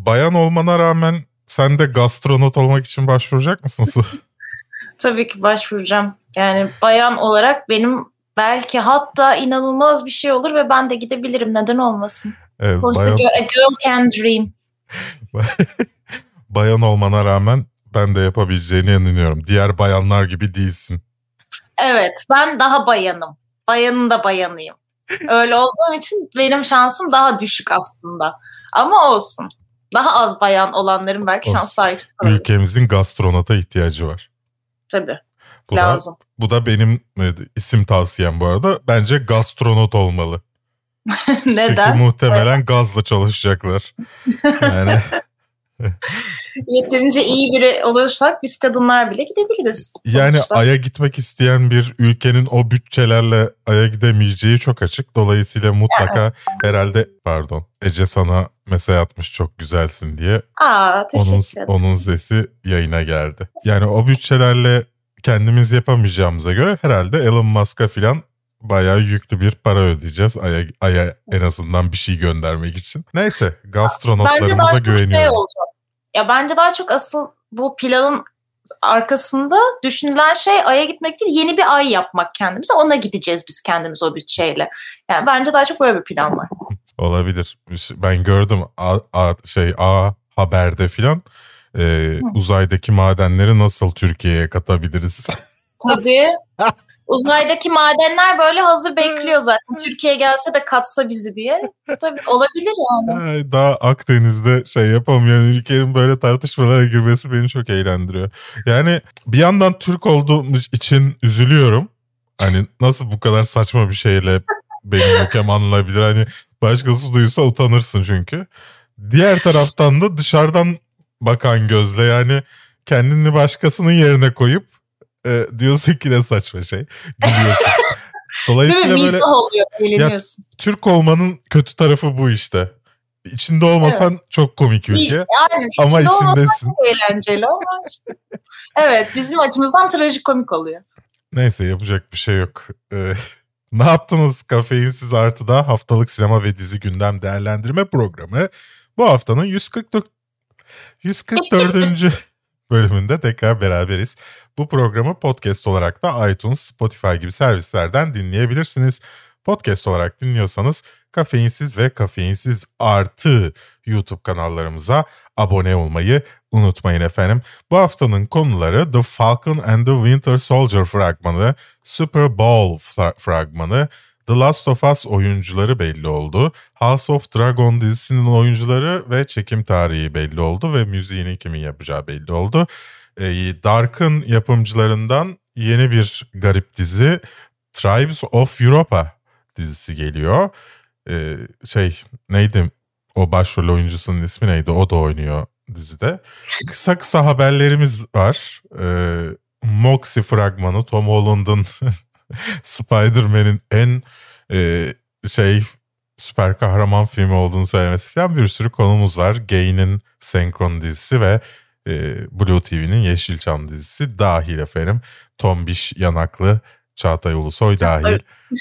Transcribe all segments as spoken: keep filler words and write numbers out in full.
bayan olmana rağmen sen de gastronot olmak için başvuracak mısın Su? Tabii ki başvuracağım. Yani bayan olarak benim belki hatta inanılmaz bir şey olur ve ben de gidebilirim. Neden olmasın? Evet, bayan... A girl can dream. Bayan olmana rağmen ben de yapabileceğine inanıyorum. Diğer bayanlar gibi değilsin. Evet, ben daha bayanım. Bayanın da bayanıyım. Öyle olduğum için benim şansım daha düşük aslında. Ama olsun. Daha az bayan olanların belki olsun. Şans daha yüksek. Ülkemizin gastronota ihtiyacı var. Tabii. Bu lazım. Da, bu da benim isim tavsiyem bu arada. Bence gastronot olmalı. Neden? Çünkü muhtemelen evet. gazla çalışacaklar. Yani... Yeterince iyi biri olursak biz kadınlar bile gidebiliriz. Yani sonuçta. Ay'a gitmek isteyen bir ülkenin o bütçelerle Ay'a gidemeyeceği çok açık. Dolayısıyla mutlaka evet. herhalde pardon Ece sana mesaj atmış çok güzelsin diye. Aa, onun, ederim. onun sesi yayına geldi. Yani o bütçelerle kendimiz yapamayacağımıza göre herhalde Elon Musk'a filan bayağı yüklü bir para ödeyeceğiz Ay'a, Ay'a en azından bir şey göndermek için. Neyse gastronotlarımıza güveniyorum. Şey olacak. Ya bence daha çok asıl bu planın arkasında düşünülen şey Ay'a gitmek değil, yeni bir Ay yapmak kendimize. Ona gideceğiz biz kendimiz o bütçeyle. Yani bence daha çok böyle bir plan var. Olabilir. Ben gördüm A, A, şey A Haber'de filan e, uzaydaki madenleri nasıl Türkiye'ye katabiliriz? Tabii. Uzaydaki madenler böyle hazır bekliyor zaten. Türkiye gelse de katsa bizi diye. Tabii olabilir yani. Daha Akdeniz'de şey yapamayan ülkenin böyle tartışmalara girmesi beni çok eğlendiriyor. Yani bir yandan Türk olduğum için üzülüyorum. Hani nasıl bu kadar saçma bir şeyle benim ülkem anılabilir? Hani başkası duysa utanırsın çünkü. Diğer taraftan da dışarıdan bakan gözle yani kendini başkasının yerine koyup e, diyorsun ki ne saçma şey. Gülüyorsun. Dolayısıyla böyle oluyor, ya, Türk olmanın kötü tarafı bu işte. İçinde olmasan evet. çok komik ülke. Yani, ama içindesin. Çok eğlenceli ama işte. Evet, bizim açımızdan trajikomik oluyor. Neyse yapacak bir şey yok. Ee, ne yaptınız Kafeinsiz Artı'da haftalık sinema ve dizi gündem değerlendirme programı. Bu haftanın yüz kırk dört yüz kırk dördüncü bölümünde tekrar beraberiz. Bu programı podcast olarak da iTunes, Spotify gibi servislerden dinleyebilirsiniz. Podcast olarak dinliyorsanız Kafeinsiz ve Kafeinsiz Artı YouTube kanallarımıza abone olmayı unutmayın efendim. Bu haftanın konuları The Falcon and the Winter Soldier fragmanı, Super Bowl fragmanı, The Last of Us oyuncuları belli oldu. House of Dragon dizisinin oyuncuları ve çekim tarihi belli oldu ve müziğini kimin yapacağı belli oldu. Dark'ın yapımcılarından yeni bir garip dizi Tribes of Europa dizisi geliyor. Ee, şey neydi o başrol oyuncusunun ismi neydi, o da oynuyor dizide. Kısa kısa haberlerimiz var. Ee, Moxie fragmanı, Tom Holland'ın Spider-Man'in en e, şey süper kahraman filmi olduğunu söylemesi falan, bir sürü konumuz var. Gay'nin senkron dizisi ve e, Blue T V'nin Yeşilçam dizisi dahil efendim. Tombiş yanaklı Çağatay Ulusoy dahil.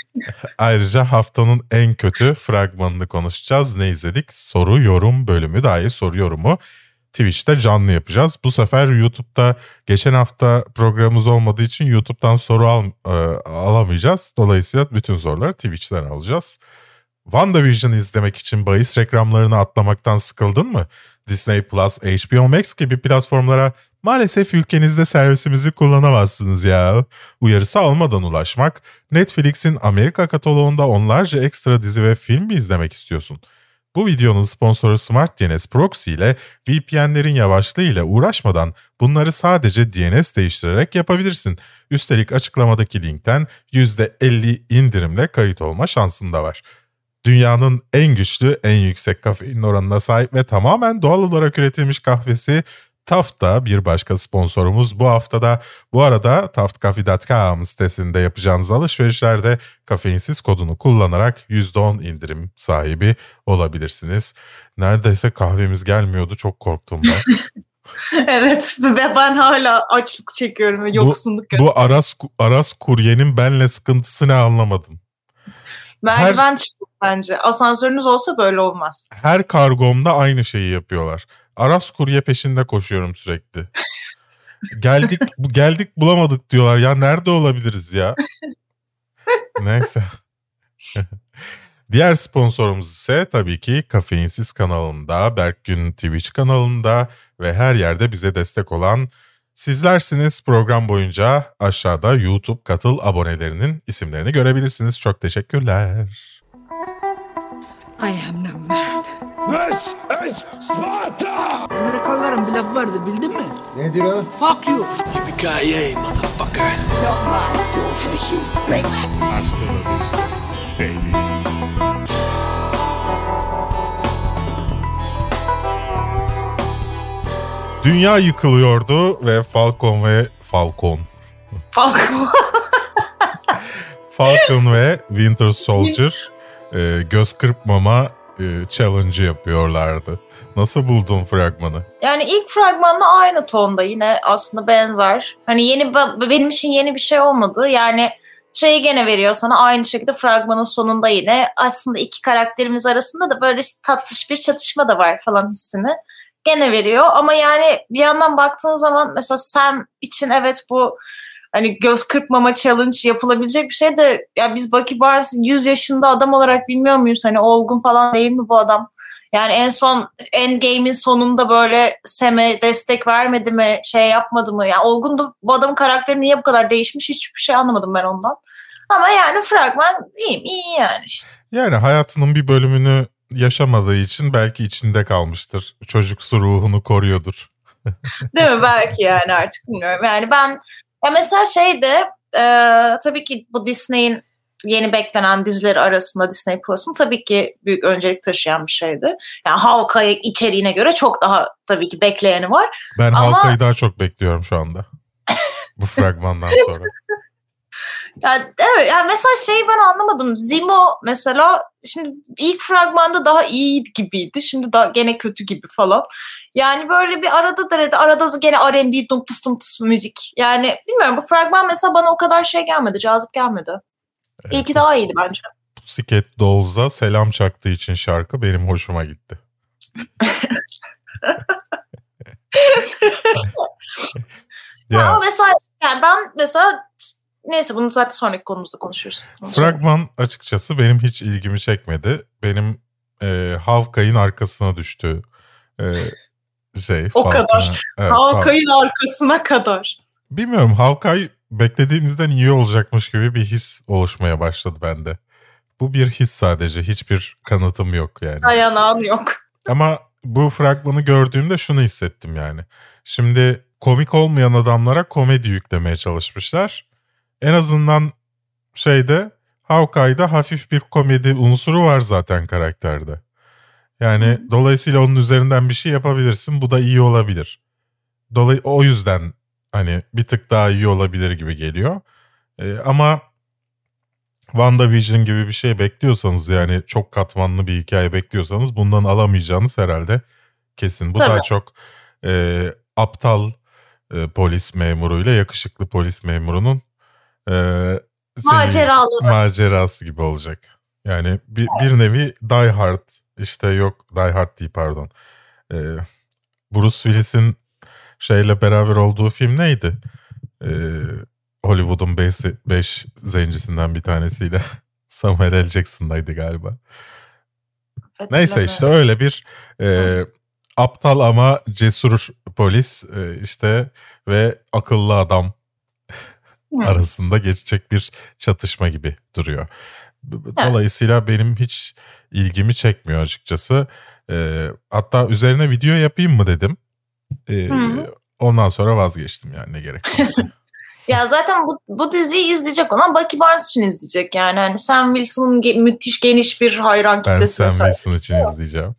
Ayrıca haftanın en kötü fragmanını konuşacağız. Ne izledik? Soru yorum bölümü, dahil soru yorumu Twitch'te canlı yapacağız. Bu sefer YouTube'da geçen hafta programımız olmadığı için YouTube'dan soru al, e, alamayacağız. Dolayısıyla bütün soruları Twitch'ten alacağız. WandaVision'ı izlemek için bahis reklamlarını atlamaktan sıkıldın mı? Disney Plus, H B O Max gibi platformlara maalesef ülkenizde servisimizi kullanamazsınız ya. Uyarısı almadan ulaşmak, Netflix'in Amerika kataloğunda onlarca ekstra dizi ve film mi izlemek istiyorsun? Bu videonun sponsoru Smart D N S Proxy ile V P N'lerin yavaşlığı ile uğraşmadan bunları sadece D N S değiştirerek yapabilirsin. Üstelik açıklamadaki linkten yüzde elli indirimle kayıt olma şansın da var. Dünyanın en güçlü, en yüksek kafein oranına sahip ve tamamen doğal olarak üretilmiş kahvesi Taft da bir başka sponsorumuz bu haftada. Bu arada taft coffee nokta com sitesinde yapacağınız alışverişlerde kafeinsiz kodunu kullanarak yüzde on indirim sahibi olabilirsiniz. Neredeyse kahvemiz gelmiyordu, çok korktum ben. Evet ve ben hala açlık çekiyorum ve yoksunluk. Bu, bu Aras, Aras kuryenin benle sıkıntısı ne anlamadım. Merdiven Her... çıkmak bence. Asansörünüz olsa böyle olmaz. Her kargomda aynı şeyi yapıyorlar. Aras kurye peşinde koşuyorum sürekli. Geldik geldik bulamadık diyorlar. Ya nerede olabiliriz ya? Neyse. Diğer sponsorumuz ise tabii ki Kafeinsiz kanalında, Berkgün Twitch kanalında ve her yerde bize destek olan sizlersiniz. Program boyunca aşağıda YouTube katıl abonelerinin isimlerini görebilirsiniz. Çok teşekkürler. I am no man. This is Sparta! Amerikalıların bir lafı vardı, bildin mi? Nedir o? Fuck you. Yippee-ki-yay, motherfucker. Not my daughter, you bitch. Hasta la vista, baby. Dünya yıkılıyordu ve Falcon ve Falcon. Falcon. Falcon ve Winter Soldier e, göz kırpmama e, challenge yapıyorlardı. Nasıl buldun fragmanı? Yani ilk fragmanla aynı tonda, yine aslında benzer. Hani yeni benim için yeni bir şey olmadı. Yani şeyi gene veriyor sana aynı şekilde fragmanın sonunda yine aslında iki karakterimiz arasında da böyle tatlış bir çatışma da var falan hissini gene veriyor. Ama yani bir yandan baktığın zaman mesela Sam için evet bu hani göz kırpmama challenge yapılabilecek bir şey de ya biz Bucky Barnes yüz yaşında adam olarak bilmiyor muyuz? Hani olgun falan değil mi bu adam? Yani en son Endgame'in sonunda böyle Sam'e destek vermedi mi, şey yapmadı mı? Yani olgundu, bu adamın karakteri niye bu kadar değişmiş hiçbir şey anlamadım ben ondan. Ama yani fragman iyi iyi yani işte. Yani hayatının bir bölümünü yaşamadığı için belki içinde kalmıştır. Çocuksu ruhunu koruyordur. Değil mi? Belki yani artık bilmiyorum. Yani ben ya mesela şeyde e, tabii ki bu Disney'in yeni beklenen dizileri arasında Disney Plus'ın tabii ki büyük öncelik taşıyan bir şeydi. Yani Hawkeye içeriğine göre çok daha tabii ki bekleyeni var. Ben Ama... Hawkeye'yi daha çok bekliyorum şu anda. Bu fragmandan sonra. Yani evet, yani mesela şeyi ben anlamadım. Zemo mesela şimdi ilk fragmanda daha iyi gibiydi. Şimdi daha gene kötü gibi falan. Yani böyle bir arada derede arada gene R and B dumtıs dumtıs müzik. Yani bilmiyorum, bu fragman mesela bana o kadar şey gelmedi, cazip gelmedi. Evet. İlki daha iyiydi bence. Pussycat Dolls'a selam çaktığı için şarkı benim hoşuma gitti. Ya. Ama mesela yani ben mesela neyse bunu zaten sonraki konumuzda konuşuruz. Fragman açıkçası benim hiç ilgimi çekmedi. Benim e, Hawkeye'in arkasına düştü. E, şey. O Falcon. Kadar. Evet, Hawkeye'in Fal- arkasına kadar. Bilmiyorum, Hawkeye beklediğimizden iyi olacakmış gibi bir his oluşmaya başladı bende. Bu bir his sadece. Hiçbir kanıtım yok yani. Dayanağın yok. Ama bu fragmanı gördüğümde şunu hissettim yani. Şimdi komik olmayan adamlara komedi yüklemeye çalışmışlar. En azından şeyde Hawkeye'da hafif bir komedi unsuru var zaten karakterde. Yani Hı. dolayısıyla onun üzerinden bir şey yapabilirsin. Bu da iyi olabilir. Dolay o yüzden hani bir tık daha iyi olabilir gibi geliyor. Ee, ama WandaVision gibi bir şey bekliyorsanız, yani çok katmanlı bir hikaye bekliyorsanız bundan alamayacağınız herhalde kesin. Bu Tabii. daha çok e, aptal e, polis memuruyla yakışıklı polis memurunun e, maceraları macerası gibi olacak. Yani bir, bir nevi Die Hard, işte yok Die Hard değil pardon. E, Bruce Willis'in şeyle beraber olduğu film neydi? E, Hollywood'un beş zencisinden bir tanesiyle Samuel L. Jackson'daydı galiba. Neyse işte öyle bir e, aptal ama cesur polis e, işte ve akıllı adam Hı. arasında geçecek bir çatışma gibi duruyor. Dolayısıyla benim hiç ilgimi çekmiyor açıkçası. E, hatta üzerine video yapayım mı dedim. E, ondan sonra vazgeçtim, yani ne gerek var. Ya zaten bu, bu diziyi izleyecek olan Bucky Barnes için izleyecek yani. Hani Sam Wilson'ın ge- müthiş geniş bir hayran kitlesi. Ben Sam Wilson için izleyeceğim.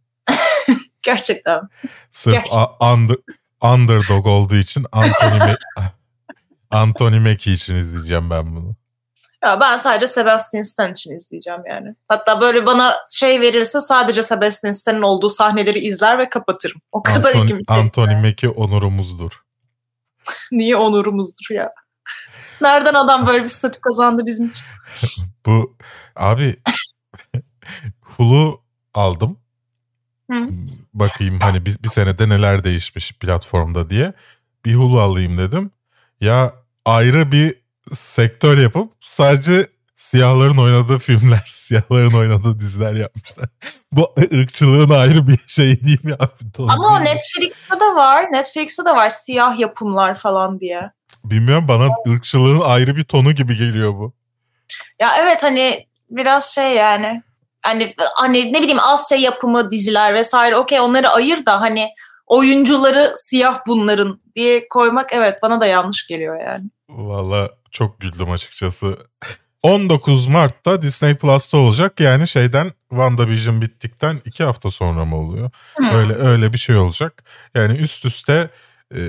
Gerçekten. Sırf Gerçekten. A- under, underdog olduğu için Anthony, Ma- Anthony Mackie için izleyeceğim ben bunu. Ya ben sadece Sebastian Stan için izleyeceğim yani. Hatta böyle bana şey verirse sadece Sebastian Stan'ın olduğu sahneleri izler ve kapatırım. O kadar Anthony, ilgimi çekti. Anthony Mackie onurumuzdur. Niye onurumuzdur ya? Nereden adam böyle bir statü kazandı bizim için? Bu abi Hulu aldım. Hı. Bakayım hani bir, bir senede neler değişmiş platformda diye. Bir Hulu alayım dedim. Ya ayrı bir sektör yapıp sadece siyahların oynadığı filmler, siyahların oynadığı diziler yapmışlar. Bu ırkçılığın ayrı bir şey değil mi abi? Ama o Netflix'te de var. Netflix'te de var siyah yapımlar falan diye. Bilmiyorum, bana ırkçılığın ayrı bir tonu gibi geliyor bu. Ya evet hani biraz şey yani. Hani hani ne bileyim Asya yapımı diziler vesaire okey onları ayır da hani oyuncuları siyah bunların diye koymak evet bana da yanlış geliyor yani. Valla çok güldüm açıkçası. on dokuz Mart'ta Disney Plus'ta olacak. Yani şeyden WandaVision bittikten iki hafta sonra mı oluyor? Hmm. Öyle öyle bir şey olacak. Yani üst üste e,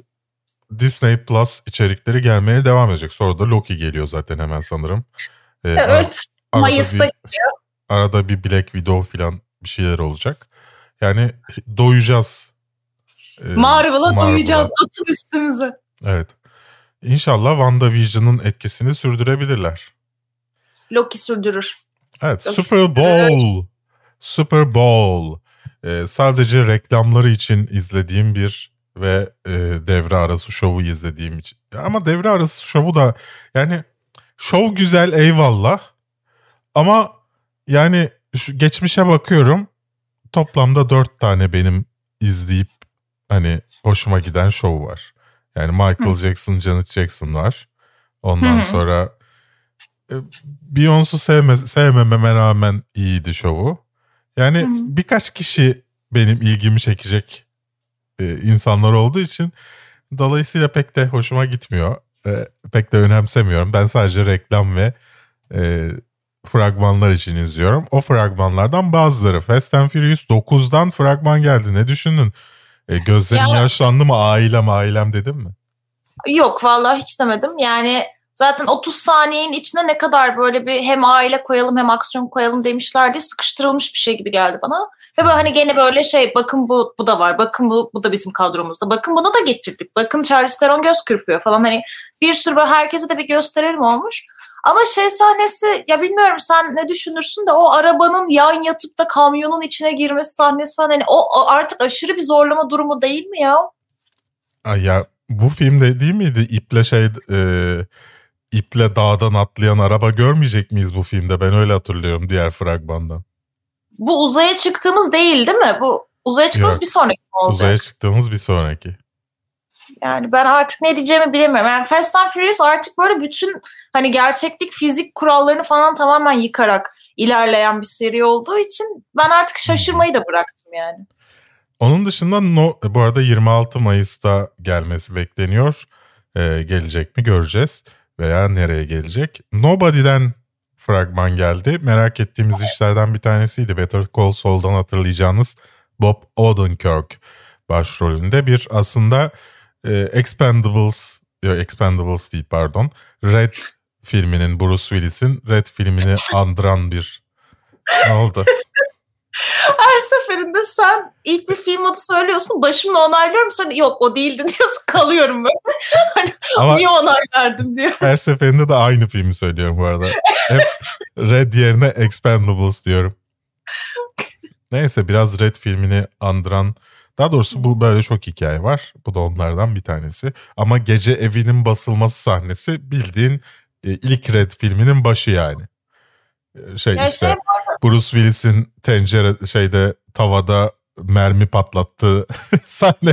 Disney Plus içerikleri gelmeye devam edecek. Sonra da Loki geliyor zaten hemen sanırım. E, Evet. ar- Mayıs'ta bir, arada bir Black Widow falan bir şeyler olacak. Yani doyacağız. E, Marvel'a Marvel'a. doyacağız atın üstümüze. Evet. İnşallah WandaVision'ın etkisini sürdürebilirler. Loki sürdürür. Evet, Loki Super Bowl. Super Bowl. Ee, sadece reklamları için izlediğim bir ve e, devre arası şovu izlediğim için. Ama devre arası şovu da yani şov güzel eyvallah. Ama yani şu geçmişe bakıyorum. Toplamda dört tane benim izleyip hani hoşuma giden şov var. Yani Michael Jackson, Janet Jackson var. Ondan Hı. sonra e, Beyoncé sevme, sevmememe rağmen iyiydi şovu. Yani Hı. birkaç kişi benim ilgimi çekecek e, insanlar olduğu için dolayısıyla pek de hoşuma gitmiyor. E, pek de önemsemiyorum. Ben sadece reklam ve e, fragmanlar için izliyorum. O fragmanlardan bazıları. Fast and Furious dokuzdan fragman geldi. Ne düşündün? E, gözlerin Ya- yaşlandı mı? Ailem ailem dedim mi? Yok vallahi hiç demedim. Yani zaten otuz saniyenin içine ne kadar böyle bir hem aile koyalım hem aksiyon koyalım demişlerdi. Sıkıştırılmış bir şey gibi geldi bana. Ve böyle hani gene böyle şey bakın bu bu da var. Bakın bu bu da bizim kadromuzda. Bakın bunu da getirdik. Bakın Charlize Theron göz kırpıyor falan. Hani bir sürü böyle herkese de bir gösterelim olmuş. Ama şey sahnesi ya bilmiyorum sen ne düşünürsün de o arabanın yan yatıp da kamyonun içine girmesi sahnesi falan hani o, o artık aşırı bir zorlama durumu değil mi ya? Ay ya bu filmde değil miydi? İple şey e, iple dağdan atlayan araba görmeyecek miyiz bu filmde? Ben öyle hatırlıyorum diğer fragmandan. Bu uzaya çıktığımız değil değil mi? Bu uzaya çıktığımız Yok. bir sonraki mi olacak? Uzaya çıktığımız bir sonraki. Yani ben artık ne diyeceğimi bilemiyorum. Yani Fast and Furious artık böyle bütün hani gerçeklik fizik kurallarını falan tamamen yıkarak ilerleyen bir seri olduğu için ben artık şaşırmayı da bıraktım yani. Onun dışında no, bu arada yirmi altı Mayıs'ta gelmesi bekleniyor. Ee, gelecek mi göreceğiz veya nereye gelecek. Nobody'den fragman geldi. Merak ettiğimiz işlerden bir tanesiydi. Better Call Saul'dan hatırlayacağınız Bob Odenkirk başrolünde bir aslında e, Expendables, yok Expendables değil pardon. Red filminin, Bruce Willis'in Red filmini andıran bir ne oldu? Her seferinde sen ilk bir film adı söylüyorsun başımla onaylıyorum sonra yok o değildi diyorsun kalıyorum böyle. Hani Ama niye onay verdim diyor. her seferinde de aynı filmi söylüyorum bu arada. Hep Red yerine Expendables diyorum. Neyse biraz Red filmini andıran, daha doğrusu bu böyle çok hikaye var. Bu da onlardan bir tanesi. Ama gece evinin basılması sahnesi bildiğin e, ilk Red filminin başı yani. E, Şey Ya işte şey Bruce Willis'in tencere şeyde tavada mermi patlattığı sahne.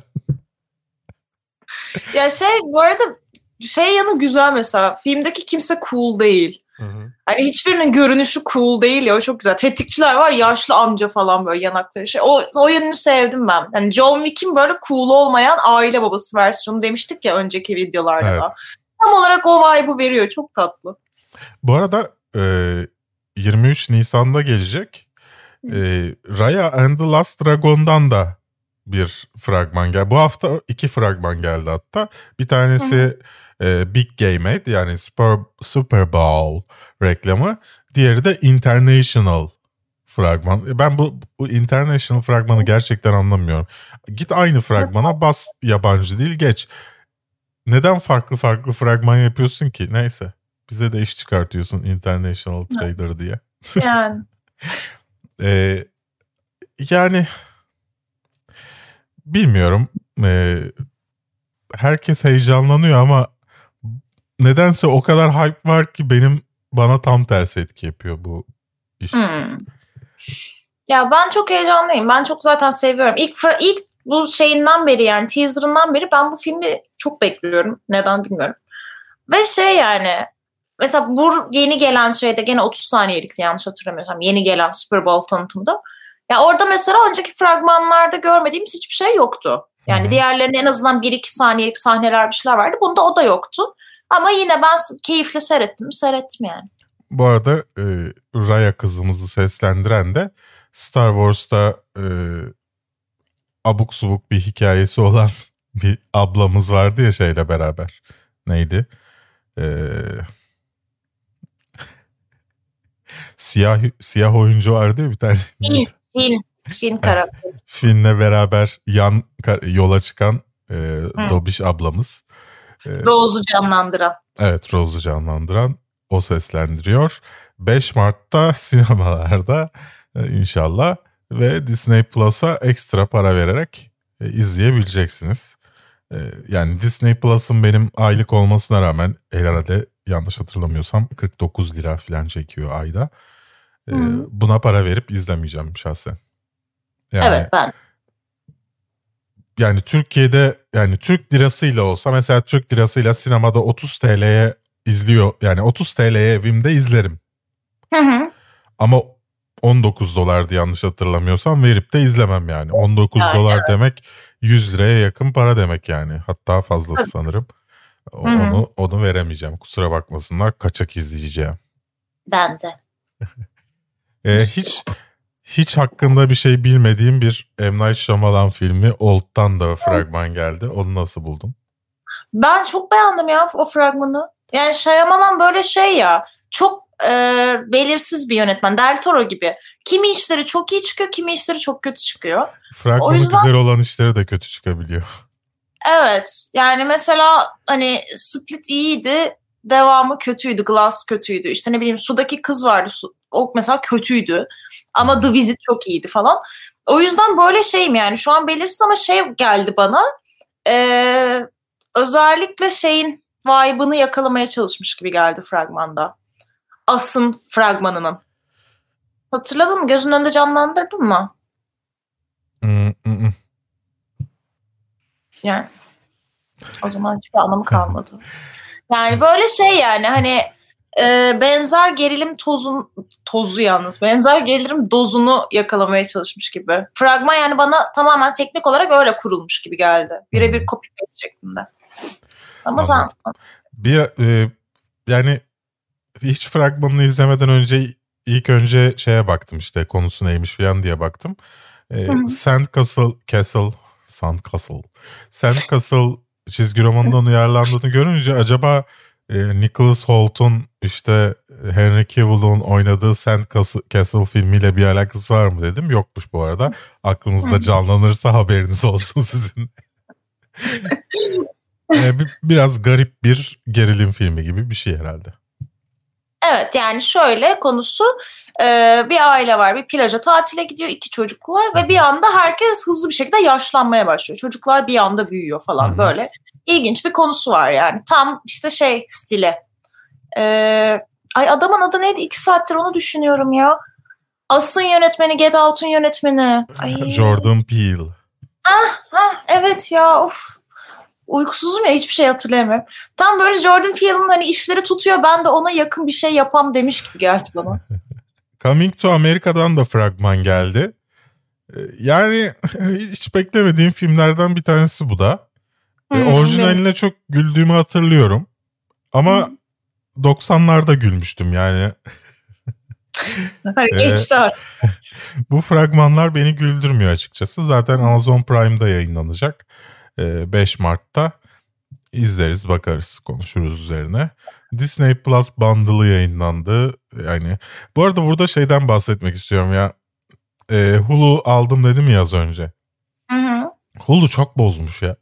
Ya şey bu arada şey yanı güzel mesela filmdeki kimse cool değil. Hani hiçbirinin görünüşü cool değil ya o çok güzel. Tetikçiler var yaşlı amca falan böyle yanakları şey. O, o yönünü sevdim ben. Yani John Wick'in böyle cool olmayan aile babası versiyonu demiştik ya önceki videolarda Evet. da. Tam olarak o vibe'ı veriyor. Çok tatlı. Bu arada e, yirmi üç Nisan'da gelecek. E, Raya and the Last Dragon'dan da bir fragman geldi. Bu hafta iki fragman geldi hatta. Bir tanesi e, Big Game Eight yani Super, Super Bowl reklamı. Diğeri de International fragman. Ben bu, bu International fragmanı gerçekten anlamıyorum. Git aynı fragmana bas, yabancı dil geç. Neden farklı farklı fragman yapıyorsun ki? Neyse. Bize de iş çıkartıyorsun International Trader diye. Yani. Ee, yani bilmiyorum. Ee, herkes heyecanlanıyor ama nedense o kadar hype var ki benim bana tam tersi etki yapıyor bu iş. Hmm. Ya ben çok heyecanlıyım. Ben çok zaten seviyorum. İlk ilk bu şeyinden beri yani teaserından beri ben bu filmi çok bekliyorum. Neden bilmiyorum. Ve şey yani mesela bu yeni gelen şeyde gene otuz saniyelikti yanlış hatırlamıyorsam. Yeni gelen Super Bowl tanıtımda. Ya orada mesela önceki fragmanlarda görmediğimiz hiçbir şey yoktu. Yani Hı-hı. diğerlerinin en azından bir iki saniyelik sahneler bir şeyler vardı. Bunda o da yoktu. Ama yine ben keyifle seyrettim. Seyrettim yani. Bu arada e, Raya kızımızı seslendiren de Star Wars'ta e, abuk subuk bir hikayesi olan bir ablamız vardı ya şeyle beraber. Neydi? Ee, siyah siyah oyuncu vardı ya bir tane. Fin, Fin, Fin karakteri. Fin'le beraber yan yola çıkan e, Dobiş ablamız. E, Rose'u canlandıran. Evet, Rose'u canlandıran o seslendiriyor. beş Mart'ta sinemalarda e, inşallah ve Disney Plus'a ekstra para vererek e, izleyebileceksiniz. E, yani Disney Plus'ın benim aylık olmasına rağmen herhalde yanlış hatırlamıyorsam kırk dokuz lira falan çekiyor ayda. E, buna para verip izlemeyeceğim şahsen. Yani, evet ben. Yani Türkiye'de yani Türk lirasıyla olsa mesela Türk lirasıyla sinemada otuz T L'ye izliyor. Yani otuz T L'ye evimde izlerim. Hı hı. Ama on dokuz dolardı yanlış hatırlamıyorsam verip de izlemem yani. on dokuz yani, dolar evet. demek yüz liraya yakın para demek yani. Hatta fazlası sanırım. O, onu onu veremeyeceğim. Kusura bakmasınlar. Kaçak izleyeceğim. Ben de. ee, hiç hiç hakkında bir şey bilmediğim bir M. Night Shyamalan filmi Old'dan da fragman geldi. Onu nasıl buldun? Ben çok beğendim ya o fragmanı. Yani Shyamalan böyle şey ya çok e, belirsiz bir yönetmen. Del Toro gibi. Kimi işleri çok iyi çıkıyor, kimi işleri çok kötü çıkıyor. Fragmanı o yüzden... güzel olan işleri de kötü çıkabiliyor. Evet. Yani mesela hani Split iyiydi. Devamı kötüydü. Glass kötüydü. İşte ne bileyim Sudaki Kız vardı. O mesela kötüydü. Ama The Visit çok iyiydi falan. O yüzden böyle şeyim yani. Şu an belirsiz ama şey geldi bana. Ee, özellikle şeyin vibe'ını yakalamaya çalışmış gibi geldi fragmanda. As'ın fragmanının. Hatırladın mı? Gözünün önünde canlandırdın mı? Mm-mm. Yani o zaman hiçbir anlamı kalmadı. Yani böyle şey yani hani e, benzer gerilim tozun tozu yalnız benzer gerilim dozunu yakalamaya çalışmış gibi. Fragman yani bana tamamen teknik olarak öyle kurulmuş gibi geldi. Birebir copy paste şeklinde. Ama Anladım. Sen bir e, yani hiç fragmanını izlemeden önce ilk önce şeye baktım işte konusu neymiş falan diye baktım. E, Sandcastle Castle Sandcastle Sandcastle çizgi romanından uyarlandığını görünce acaba e, Nicholas Holt'un işte Henry Cavill'ın oynadığı Sandcastle filmiyle bir alakası var mı dedim. Yokmuş bu arada. Aklınızda canlanırsa haberiniz olsun sizin. e, bir, biraz garip bir gerilim filmi gibi bir şey herhalde. Evet yani şöyle konusu e, bir aile var bir plaja tatile gidiyor iki çocuklar ve bir anda herkes hızlı bir şekilde yaşlanmaya başlıyor. Çocuklar bir anda büyüyor falan Hı-hı. böyle ilginç bir konusu var yani tam işte şey stile. E, ay adamın adı neydi iki saattir onu düşünüyorum ya. As'ın yönetmeni Get Out'un yönetmeni. Ay. Jordan Peele. Ah, ah evet ya of. Uykusuzum ya hiçbir şey hatırlayamıyorum. Tam böyle Jordan Peele'ın hani işleri tutuyor ben de ona yakın bir şey yapam demiş gibi geldi bana. Coming to America'dan da fragman geldi. Yani hiç beklemediğim filmlerden bir tanesi bu da. Hmm, orijinaline evet. Çok güldüğümü hatırlıyorum. Ama hmm. doksanlarda gülmüştüm yani. Geçti artık. Bu fragmanlar beni güldürmüyor açıkçası. Zaten Amazon Prime'da yayınlanacak. beş Mart'ta izleriz, bakarız, konuşuruz üzerine. Disney Plus bundle'ı yayınlandı. Yani bu arada burada şeyden bahsetmek istiyorum ya. E, Hulu aldım dedim ya az önce. Hı hı. Hulu çok bozmuş ya.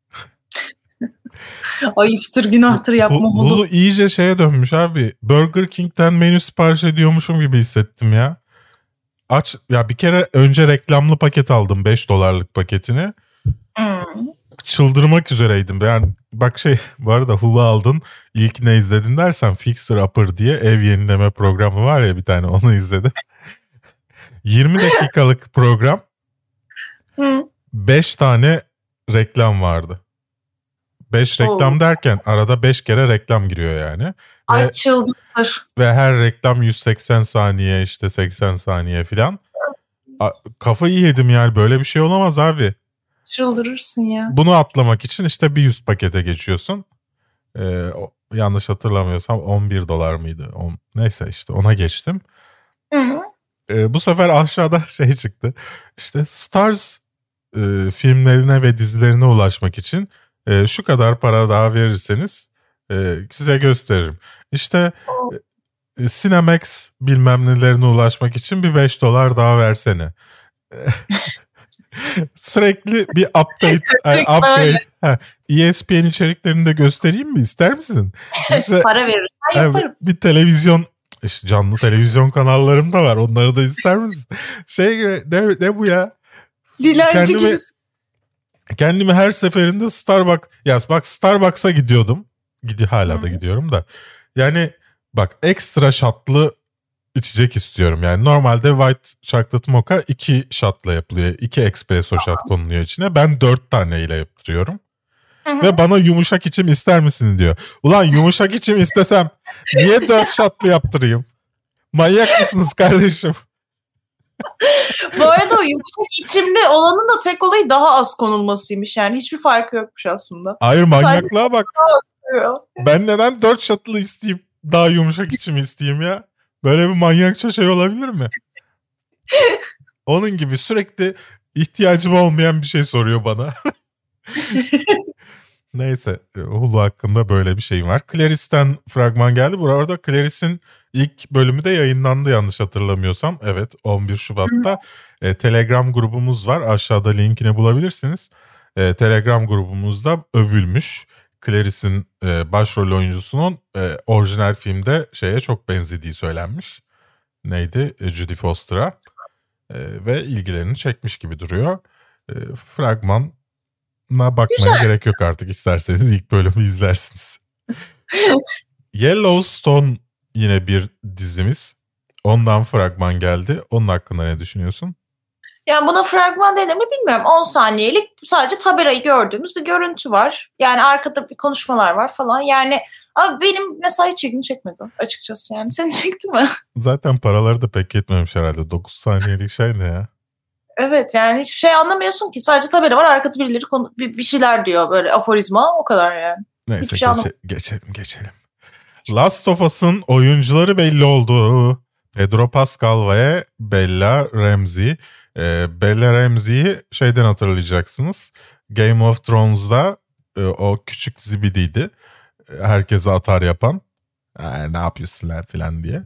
Ayıptır günahtır yapma Hulu. Hulu iyice şeye dönmüş abi. Burger King'den menü sipariş ediyormuşum gibi hissettim ya. aç ya bir kere önce reklamlı paket aldım beş dolarlık paketini. Hmm. Çıldırmak üzereydim. Yani bak şey bu arada Hulu aldın. İlk ne izledin dersen Fixer Upper diye ev yenileme programı var ya bir tane onu izledim. yirmi dakikalık program. Hmm. beş tane reklam vardı. beş reklam Oo. derken arada beş kere reklam giriyor yani. Ay Ve, çıldır. ve her reklam yüz seksen saniye işte seksen saniye filan. A- Kafayı yedim yani böyle bir şey olamaz abi. Çıldırırsın ya. Bunu atlamak için işte bir yüz pakete geçiyorsun. Ee, o- yanlış hatırlamıyorsam on bir dolar mıydı? On, neyse işte ona geçtim. Hı. Ee, bu sefer aşağıda şey çıktı. İşte Stars e, filmlerine ve dizilerine ulaşmak için e, şu kadar para daha verirseniz e, size gösteririm. İşte e, Cinemax bilmem nelerine ulaşmak için bir beş dolar daha versene. Sürekli bir update, yani upgrade. Ha, E S P N içeriklerini de göstereyim mi? İster misin? İşte, Para verirsen yani yaparım. bir televizyon, işte canlı televizyon kanallarım da var. Onları da ister misin? Şey ne, ne bu ya? Dilenci Kendimi, gibisin. kendimi her seferinde Starbucks, ya bak Starbucks'a gidiyordum. Gidi hala da gidiyorum da. Yani bak ekstra şatlı içecek istiyorum. Yani normalde white chocolate mocha iki shotla yapılıyor. iki espresso shot konuluyor içine. Ben dört taneyle yaptırıyorum. Hı hı. Ve bana yumuşak içim ister misin diyor. Ulan yumuşak içim istesem niye dört shotlı yaptırayım? Manyak mısınız kardeşim? Bu arada o yumuşak içimli olanın da tek olayı daha az konulmasıymış. Yani hiçbir farkı yokmuş aslında. Hayır manyaklığa bak. Evet. Ben neden dört shotlı isteyeyim daha yumuşak içimi isteyeyim ya? Böyle bir manyakça şey olabilir mi? Onun gibi sürekli ihtiyacım olmayan bir şey soruyor bana. Neyse Hulu hakkında böyle bir şey var. Clarice'ten fragman geldi. Bu arada Clarice'in ilk bölümü de yayınlandı yanlış hatırlamıyorsam. Evet on bir Şubat'ta. E, Telegram grubumuz var. Aşağıda linkini bulabilirsiniz. E, Telegram grubumuzda övülmüş. Clarice'in e, başrol oyuncusunun e, orijinal filmde şeye çok benzediği söylenmiş. Neydi? E, Judy Foster'a. E, ve ilgilerini çekmiş gibi duruyor. E, fragman bakmaya Güzel. gerek yok artık isterseniz ilk bölümü izlersiniz. Yellowstone yine bir dizimiz. Ondan fragman geldi. Onun hakkında ne düşünüyorsun? Yani buna fragman denir mi bilmiyorum. on saniyelik sadece tabelayı gördüğümüz bir görüntü var. Yani arkada bir konuşmalar var falan. Yani abi benim mesela hiç ilgimi çekmedi açıkçası yani. Seni çekti mi? Zaten paraları da pek yetmemiş herhalde. dokuz saniyelik şey ne ya? Evet yani hiçbir şey anlamıyorsun ki. Sadece tabela var arkada birileri konu, bir, bir şeyler diyor böyle aforizma o kadar yani. Neyse Hiçbir şey geçe- geçelim geçelim. Last of Us'ın oyuncuları belli oldu. Pedro Pascal ve Bella Ramsey. Ee, Bella Ramsey'yi şeyden hatırlayacaksınız. Game of Thrones'da e, o küçük zibidiydi. Herkese atar yapan. "Ee, ne yapıyorsun lan filan diye.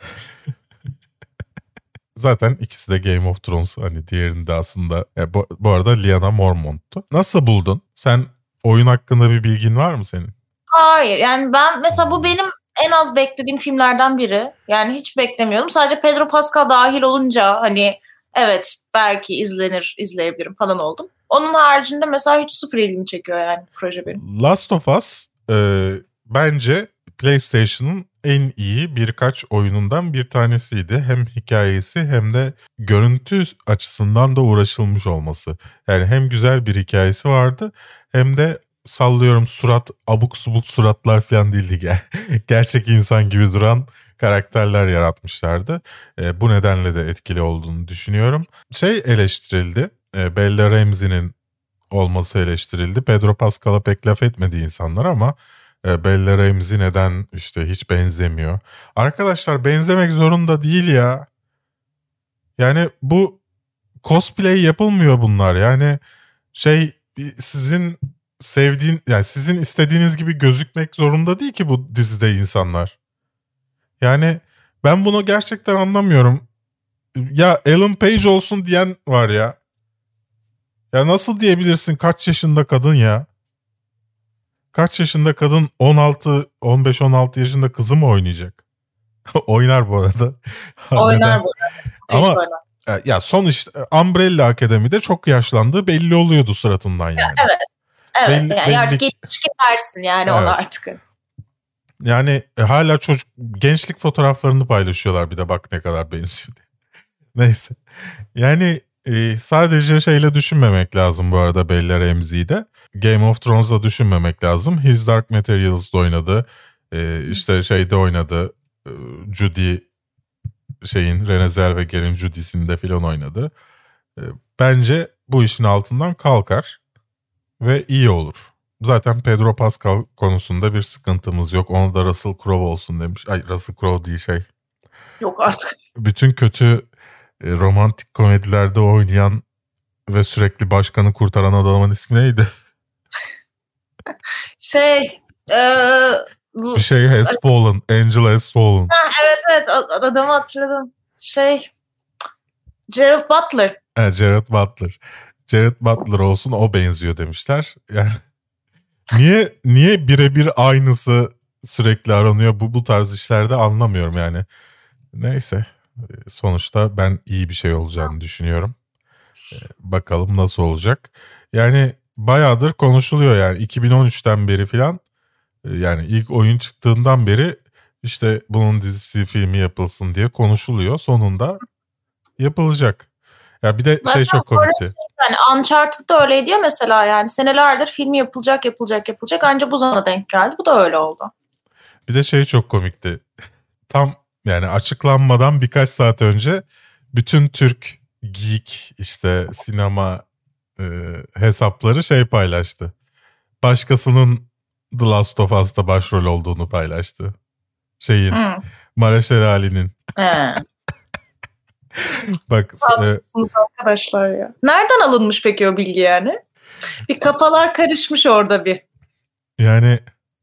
Zaten ikisi de Game of Thrones hani diğerinde aslında. E, bu, bu arada Lyanna Mormont'tu. Nasıl buldun? Sen oyun hakkında bir bilgin var mı senin? Hayır yani ben mesela bu benim en az beklediğim filmlerden biri. Yani hiç beklemiyordum. Sadece Pedro Pascal dahil olunca hani evet belki izlenir, izleyebilirim falan oldum. Onun haricinde mesela hiç sıfır ilgimi çekiyor yani proje benim. Last of Us e, bence PlayStation'ın en iyi birkaç oyunundan bir tanesiydi. Hem hikayesi hem de görüntü açısından da uğraşılmış olması. Yani hem güzel bir hikayesi vardı hem de sallıyorum surat abuk subuk suratlar falan değildi. Gerçek insan gibi duran karakterler yaratmışlardı. E, bu nedenle de etkili olduğunu düşünüyorum. Şey eleştirildi. E, Bella Ramsey'nin olması eleştirildi. Pedro Pascal'a pek laf etmedi insanlar ama e, Bella Ramsey neden işte hiç benzemiyor. Arkadaşlar benzemek zorunda değil ya. Yani bu cosplay yapılmıyor bunlar. Yani şey sizin sevdiğin yani sizin istediğiniz gibi gözükmek zorunda değil ki bu dizide insanlar. Yani ben bunu gerçekten anlamıyorum. Ya Ellen Page olsun diyen var ya. Ya nasıl diyebilirsin kaç yaşında kadın ya? Kaç yaşında kadın on altı on beş on altı yaşında kızı mı oynayacak? Oynar bu arada. Oynar Neden? bu. Ama Oynar. E, Ya son işte Umbrella Akademi'de çok yaşlandığı belli oluyordu suratından yani. Evet. Evet Belli- yani belli artık ki- yetişkin dersin yani Evet. ona artık. Yani e, hala çocuk gençlik fotoğraflarını paylaşıyorlar bir de bak ne kadar benziyor diye. Neyse. Yani e, sadece şeyle düşünmemek lazım bu arada Bella Ramsey'i de. Game of Thrones'da düşünmemek lazım. His Dark Materials'da oynadı. E, işte şeyde oynadı. E, Judy şeyin Renée Zellweger'in Judy'sinde filan oynadı. E, bence bu işin altından kalkar ve iyi olur. Zaten Pedro Pascal konusunda bir sıkıntımız yok. Onu da Russell Crowe olsun demiş. Ay Russell Crowe değil şey. Yok artık. Bütün kötü e, romantik komedilerde oynayan ve sürekli başkanı kurtaran adamın ismi neydi? Şey eee, bu- Bir şey has fallen. Angel has fallen. Ha, evet evet a- adamı hatırladım. Şey Gerald Butler. Ha, Jared Butler. Jared Butler olsun o benziyor demişler. Yani niye niye birebir aynısı sürekli aranıyor bu bu tarz işlerde anlamıyorum yani. Neyse sonuçta ben iyi bir şey olacağını düşünüyorum. Ee, Bakalım nasıl olacak. Yani bayağıdır konuşuluyor yani iki bin on üçten beri filan. e, Yani ilk oyun çıktığından beri işte bunun dizisi filmi yapılsın diye konuşuluyor. Sonunda yapılacak. Ya bir de Zaten şey çok komikti. Yani Uncharted'da öyleydi ya mesela yani senelerdir filmi yapılacak yapılacak yapılacak ancak bu zamana denk geldi. Bu da öyle oldu. Bir de şey çok komikti. Tam yani açıklanmadan birkaç saat önce bütün Türk geek işte sinema e, hesapları şey paylaştı. Başkasının The Last of Us'ta başrol olduğunu paylaştı. Şeyin Hı. Mara Şelali'nin. He. Bak e, Haklısınız arkadaşlar ya. Nereden alınmış peki o bilgi yani? Bir kafalar karışmış orada bir. yani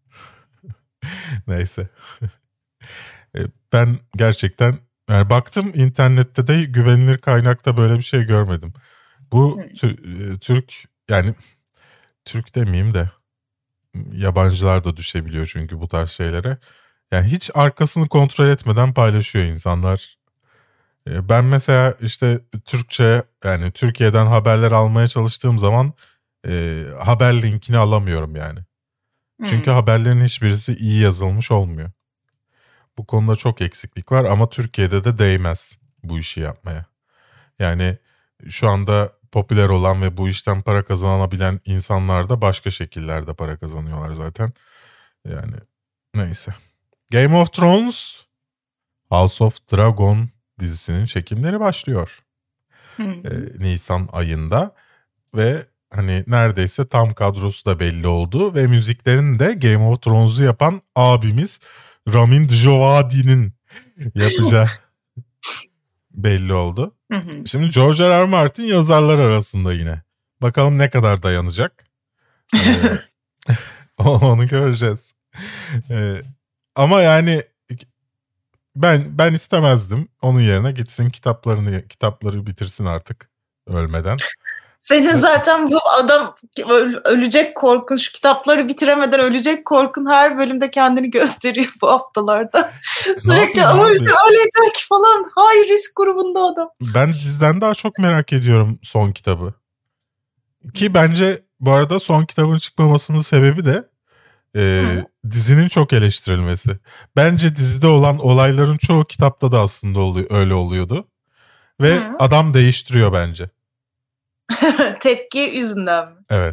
neyse. E, ben gerçekten yani baktım internette de güvenilir kaynakta böyle bir şey görmedim. Bu tü- e, Türk yani Türk demeyeyim de yabancılar da düşebiliyor çünkü bu tarz şeylere. Yani hiç arkasını kontrol etmeden paylaşıyor insanlar. E, Ben mesela işte Türkçe yani Türkiye'den haberler almaya çalıştığım zaman e, haber linkini alamıyorum yani. Çünkü haberlerin hiçbirisi iyi yazılmış olmuyor. Bu konuda çok eksiklik var ama Türkiye'de de değmez bu işi yapmaya. Yani şu anda popüler olan ve bu işten para kazanabilen insanlar da başka şekillerde para kazanıyorlar zaten. Yani neyse. Game of Thrones, House of Dragon dizisinin çekimleri başlıyor. Ee, Nisan ayında ve hani neredeyse tam kadrosu da belli oldu ve müziklerini de Game of Thrones'u yapan abimiz Ramin Djawadi'nin yapacağı belli oldu. Hı hı. Şimdi George R. R. Martin yazarlar arasında yine. Bakalım ne kadar dayanacak. Ee, onu göreceğiz. Ee, ama yani ben ben istemezdim. Onun yerine gitsin kitaplarını kitapları bitirsin artık ölmeden. Senin zaten bu adam öl- ölecek korkun, şu kitapları bitiremeden ölecek korkun her bölümde kendini gösteriyor bu haftalarda. Sürekli yapayım abi? ölecek, ölecek falan. High risk grubunda adam. Ben diziden daha çok merak ediyorum son kitabı. Ki bence bu arada son kitabın çıkmamasının sebebi de e, dizinin çok eleştirilmesi. Bence dizide olan olayların çoğu kitapta da aslında oluyor, öyle oluyordu. Ve Hı. adam değiştiriyor bence. Tepki yüzünden mi? Evet.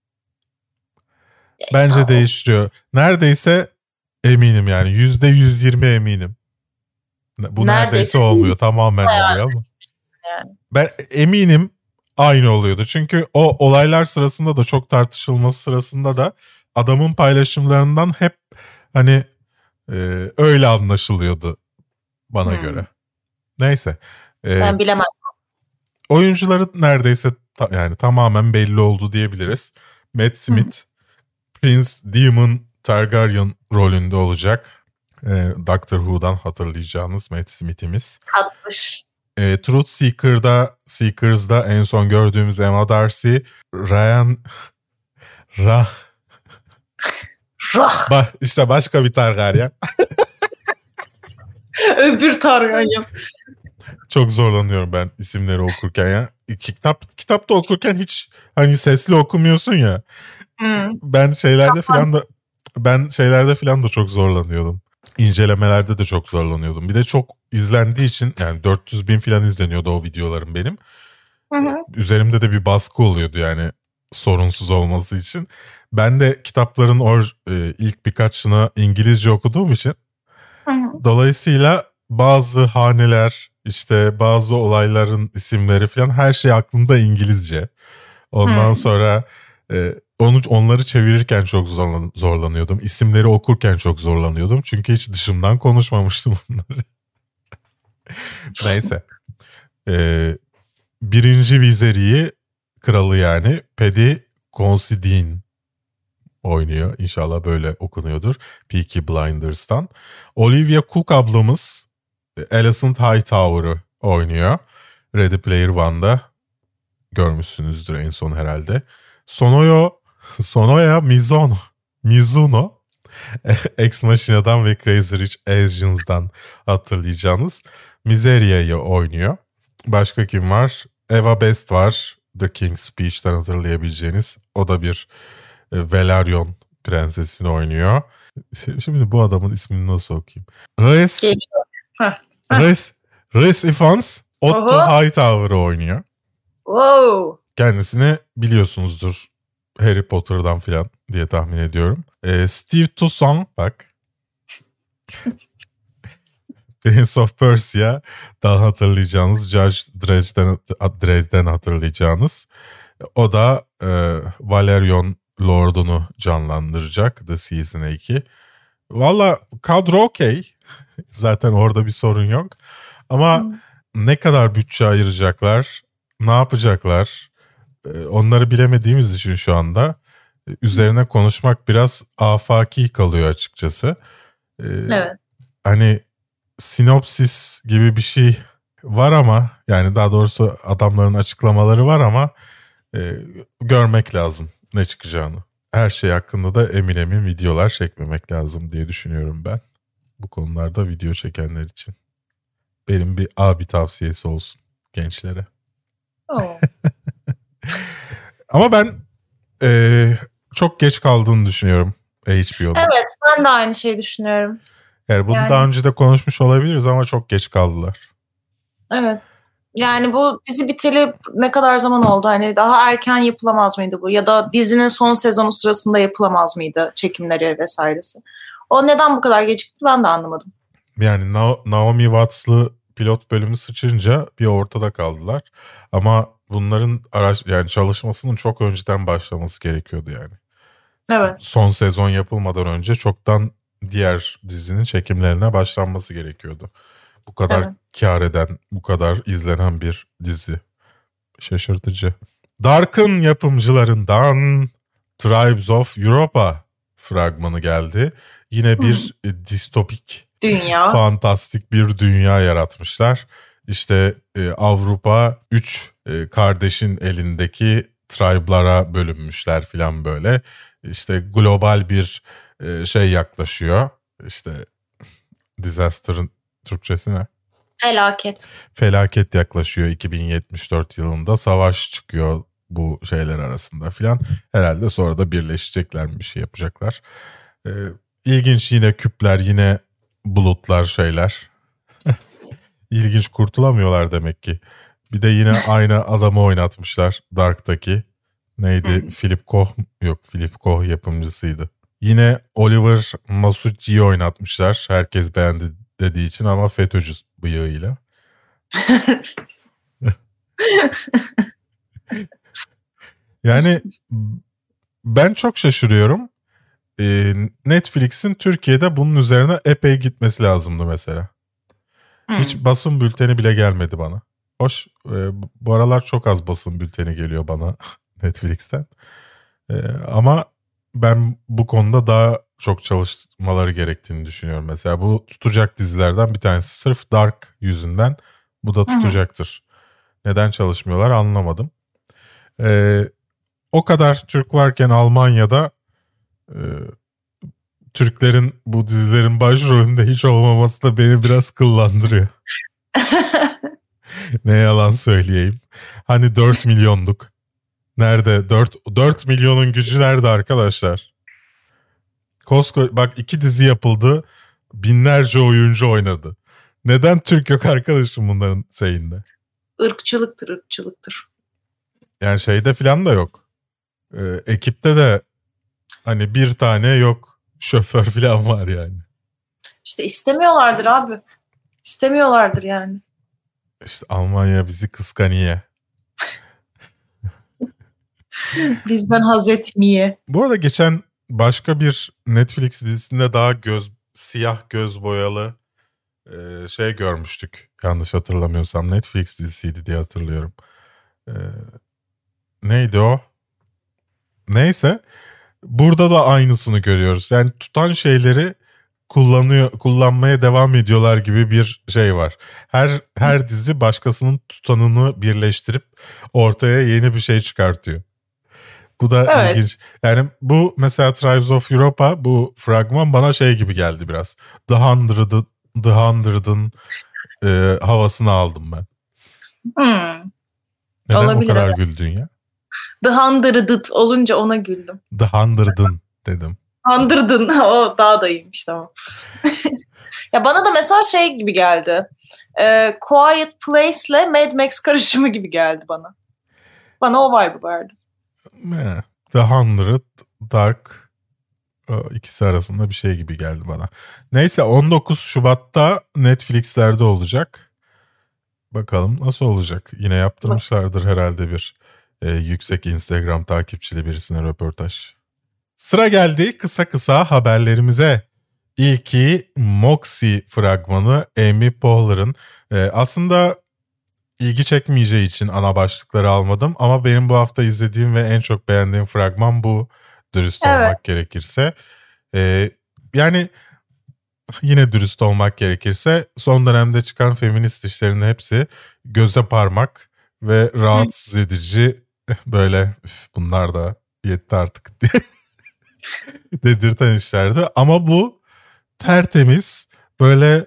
Ya Bence sağ ol. değiştiriyor. Neredeyse eminim yani. yüzde yüz yirmi eminim. Bu neredeyse, Neredeyse olmuyor. Tamamen bayağı oluyor ama. yani. Ben eminim aynı oluyordu. Çünkü o olaylar sırasında da çok tartışılması sırasında da adamın paylaşımlarından hep hani e, öyle anlaşılıyordu bana Hmm. göre. Neyse. E, Ben bilemem. oyuncuları neredeyse ta- yani tamamen belli oldu diyebiliriz. Matt Smith, Prince Daemon Targaryen rolünde olacak. E, Doctor Who'dan hatırlayacağınız Matt Smith'imiz. Katmış. E, Truth Seeker'da, Seekers'da en son gördüğümüz Emma Darcy, Ryan, Ra, Rah. ba, işte başka bir Targaryen. Öbür Targaryen. çok zorlanıyorum ben isimleri okurken ya. Kitap kitapta okurken hiç hani sesli okumuyorsun ya. Hmm. Ben şeylerde filan da ben şeylerde filan da çok zorlanıyordum. İncelemelerde de çok zorlanıyordum. Bir de çok izlendiği için yani dört yüz bin filan izleniyordu o videolarım benim. Hı hı. Üzerimde de bir baskı oluyordu yani sorunsuz olması için. Ben de kitapların or, e, ilk birkaçını İngilizce okuduğum için Hı hı. dolayısıyla bazı haneler işte bazı olayların isimleri falan her şey aklımda İngilizce. Ondan Hmm. sonra e, onu onları çevirirken çok zorlan, zorlanıyordum. İsimleri okurken çok zorlanıyordum. Çünkü hiç dışımdan konuşmamıştım bunları. Neyse. E, birinci Vizeri'yi kralı yani Paddy Considine oynuyor. İnşallah böyle okunuyordur. Peaky Blinders'tan. Olivia Cook ablamız Alicent Hightower'ı oynuyor. Ready Player One'da görmüşsünüzdür en son herhalde. Sonoyo Sonoya Mizuno Mizuno Ex Machina'dan ve Crazy Rich Asians'dan hatırlayacağınız Miseria'yı oynuyor. Başka kim var? Eva Best var. The King's Speech'ten hatırlayabileceğiniz. O da bir e, Velaryon prensesini oynuyor. Şimdi bu adamın ismini nasıl okuyayım? Rhys Rhys Rhys Ifans Otto Oho. Hightower'ı oynuyor. Wow. Kendisini biliyorsunuzdur Harry Potter'dan filan diye tahmin ediyorum. Ee, Steve Toussaint bak. Prince of Persia'dan hatırlayacağınız, Judge Dredd'den, Dredd'den hatırlayacağınız. O da e, Valerion Lord'unu canlandıracak The Season iki. Valla kadro okey. Zaten orada bir sorun yok. Ama hmm. ne kadar bütçe ayıracaklar, ne yapacaklar onları bilemediğimiz için şu anda üzerine konuşmak biraz afaki kalıyor açıkçası. Evet. Hani sinopsis gibi bir şey var ama yani daha doğrusu adamların açıklamaları var ama e, görmek lazım ne çıkacağını. Her şey hakkında da emin emin videolar çekmemek lazım diye düşünüyorum ben. Bu konularda video çekenler için. Benim bir abi tavsiyesi olsun gençlere. Oh. Ama ben e, çok geç kaldığını düşünüyorum H B O'nun. Evet, ben de aynı şeyi düşünüyorum. Yani bunu yani... daha önce de konuşmuş olabiliriz ama çok geç kaldılar. Evet. Yani bu dizi biteli ne kadar zaman oldu? Hani daha erken yapılamaz mıydı bu? Ya da dizinin son sezonu sırasında yapılamaz mıydı çekimleri vesairesi? O neden bu kadar gecikti ben de anlamadım. Yani Naomi Watts'lı pilot bölümü sıçınca bir ortada kaldılar. Ama bunların araç yani çalışmasının çok önceden başlaması gerekiyordu yani. Evet. Son sezon yapılmadan önce çoktan diğer dizinin çekimlerine başlanması gerekiyordu. Bu kadar evet. kâr eden, bu kadar izlenen bir dizi. Şaşırtıcı. Dark'ın yapımcılarından Tribes of Europa fragmanı geldi. Yine bir hmm. distopik, dünya, fantastik bir dünya yaratmışlar. İşte e, Avrupa üç e, kardeşin elindeki tribe'lara bölünmüşler filan böyle. İşte global bir e, şey yaklaşıyor. İşte disaster'ın Türkçesi ne? Felaket. Felaket yaklaşıyor iki bin yetmiş dört yılında. Savaş çıkıyor bu şeyler arasında filan. Herhalde sonra da birleşecekler, bir şey yapacaklar. Ee, ilginç yine küpler, yine bulutlar şeyler. İlginç, kurtulamıyorlar demek ki. Bir de yine aynı adamı oynatmışlar Dark'taki. Neydi? Philip Koch, yok Philip Koch yapımcısıydı. Yine Oliver Masucci'yi oynatmışlar. Herkes beğendi dediği için ama FETÖ'cü bıyığıyla. Yani ben çok şaşırıyorum. Ee, Netflix'in Türkiye'de bunun üzerine epey gitmesi lazımdı mesela. Hmm. Hiç basın bülteni bile gelmedi bana. Hoş, e, bu aralar çok az basın bülteni geliyor bana Netflix'ten. E, ama ben bu konuda daha çok çalışmaları gerektiğini düşünüyorum. Mesela bu tutacak dizilerden bir tanesi. Sırf Dark yüzünden bu da tutacaktır. Hı-hı. Neden çalışmıyorlar anlamadım. Ee, o kadar Türk varken Almanya'da e, Türklerin bu dizilerin başrolünde hiç olmaması da beni biraz kıllandırıyor. Ne yalan söyleyeyim. Hani dört milyonduk. Nerede? dört, dört milyonun gücü nerede arkadaşlar? Kosko bak iki dizi yapıldı. Binlerce oyuncu oynadı. Neden Türk yok arkadaşım bunların şeyinde? Irkçılıktır, ırkçılıktır. Yani şeyde falan da yok. Ee, ekipte de hani bir tane yok. Şoför falan var yani. İşte istemiyorlardır abi. İstemiyorlardır yani. İşte Almanya bizi kıskanıyor. Bizden haz etmeye. Bu arada geçen başka bir Netflix dizisinde daha göz siyah göz boyalı e, şey görmüştük. Yanlış hatırlamıyorsam Netflix dizisiydi diye hatırlıyorum. E, neydi o? Neyse. Burada da aynısını görüyoruz. Yani tutan şeyleri kullanıyor, kullanmaya devam ediyorlar gibi bir şey var. Her her dizi başkasının tutanını birleştirip ortaya yeni bir şey çıkartıyor. Bu da Evet. ilginç. Yani bu mesela Tribes of Europa, bu fragman bana şey gibi geldi biraz. The Hundred'ın The Hundred'ın e, havasını aldım ben. Hmm. Neden Olabilir, o kadar evet. güldün ya? The Hundred'd olunca ona güldüm. The Hundred'ın dedim. Hundred'ın o daha da iyiymiş, tamam. Ya bana da mesela şey gibi geldi. Ee, Quiet Place'le Mad Max karışımı gibi geldi bana. Bana o vibe verdi. Eh, The Hundred, Dark, o ikisi arasında bir şey gibi geldi bana. Neyse on dokuz Şubat'ta Netflix'lerde olacak. Bakalım nasıl olacak. Yine yaptırmışlardır herhalde bir e, yüksek Instagram takipçili birisine röportaj. Sıra geldi kısa kısa haberlerimize. İlki Moxie fragmanı Amy Poehler'ın. E, aslında ilgi çekmeyeceği için ana başlıkları almadım ama benim bu hafta izlediğim ve en çok beğendiğim fragman bu, dürüst Evet. olmak gerekirse. Ee, yani yine dürüst olmak gerekirse son dönemde çıkan feminist işlerin hepsi göze parmak ve rahatsız edici, böyle "Üf, bunlar da yetti artık" diye dedirten işlerdi. Ama bu tertemiz, böyle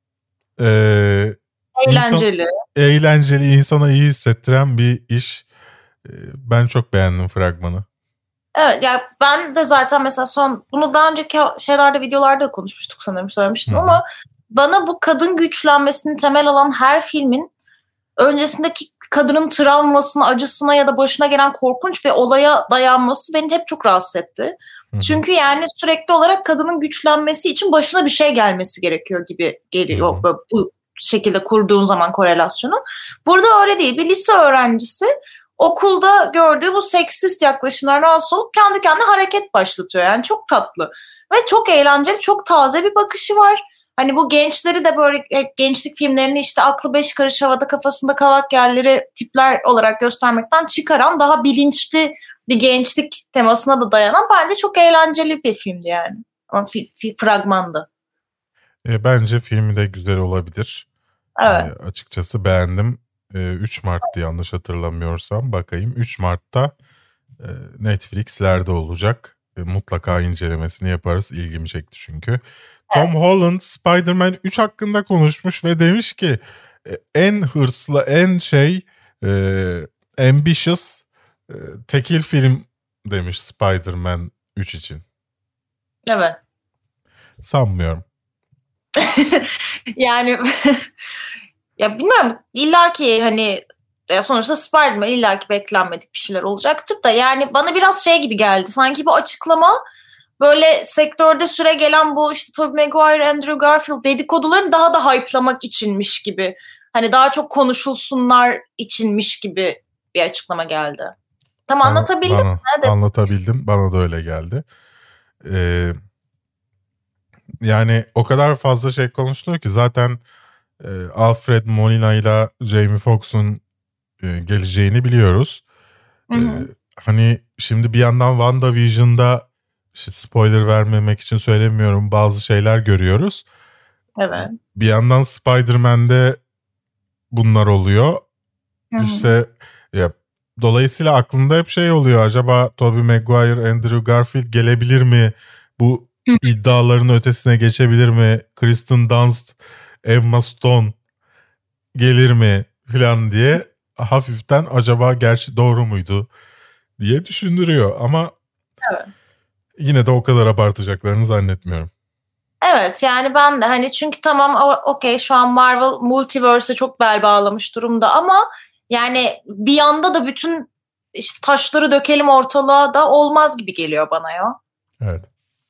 e, Eğlenceli. İnsan, eğlenceli, insana iyi hissettiren bir iş. Ee, Ben çok beğendim fragmanı. Evet, yani ben de zaten mesela son bunu daha önceki şeylerde, videolarda da konuşmuştuk sanırım, söylemiştim. Hı. Ama bana bu kadın güçlenmesini temel alan her filmin öncesindeki kadının travmasına, acısına ya da başına gelen korkunç bir olaya dayanması beni hep çok rahatsız etti. Hı hı. Çünkü yani sürekli olarak kadının güçlenmesi için başına bir şey gelmesi gerekiyor gibi geliyor. Hı hı. Bu şekilde kurduğun zaman korelasyonu. Burada öyle değil. Bir lise öğrencisi okulda gördüğü bu seksist yaklaşımlar rahatsız olup kendi kendine hareket başlatıyor. Yani çok tatlı ve çok eğlenceli, çok taze bir bakışı var. Hani bu gençleri de böyle gençlik filmlerini işte aklı beş karış havada kafasında kavak yerleri tipler olarak göstermekten çıkaran, daha bilinçli bir gençlik temasına da dayanan bence çok eğlenceli bir filmdi yani. Ama fi, fi, fragmandı. E, bence filmi de güzel olabilir. Evet. E, açıkçası beğendim. E, üç Mart'tı yanlış hatırlamıyorsam. Bakayım, üç Mart'ta e, Netflix'lerde olacak. E, mutlaka incelemesini yaparız. İlgimi çekti çünkü. Tom Holland Spider-Man üç hakkında konuşmuş ve demiş ki e, en hırslı, en şey e, ambitious e, tekil film demiş Spider-Man üç için. Evet. Sanmıyorum. Yani ya bilmiyorum, illaki hani ya sonuçta Spider-Man illaki beklenmedik bir şeyler olacaktır da yani bana biraz şey gibi geldi. Sanki bu açıklama böyle sektörde süre gelen bu işte Tobey Maguire, Andrew Garfield dedikodularını daha da hype'lamak içinmiş gibi. Hani daha çok konuşulsunlar içinmiş gibi bir açıklama geldi. Tam bana, anlatabildim bana, mi? Hadi. Anlatabildim. Bana da öyle geldi. Ee, yani o kadar fazla şey konuşuluyor ki zaten e, Alfred Molina ile Jamie Foxx'un e, geleceğini biliyoruz. Ee, hani şimdi bir yandan WandaVision'da, işte spoiler vermemek için söylemiyorum, bazı şeyler görüyoruz. Evet. Bir yandan Spider-Man'de bunlar oluyor. Hı-hı. İşte ya, dolayısıyla aklında hep şey oluyor. Acaba Tobey Maguire, Andrew Garfield gelebilir mi? Bu Hı. iddiaların ötesine geçebilir mi? Kristen Dunst, Emma Stone gelir mi? falan diye hafiften acaba gerçi doğru muydu diye düşündürüyor. Ama Evet. yine de o kadar abartacaklarını zannetmiyorum. Evet yani ben de hani çünkü tamam o- okey şu an Marvel Multiverse'e çok bel bağlamış durumda ama yani bir yanda da bütün işte taşları dökelim ortalığa da olmaz gibi geliyor bana ya. Evet.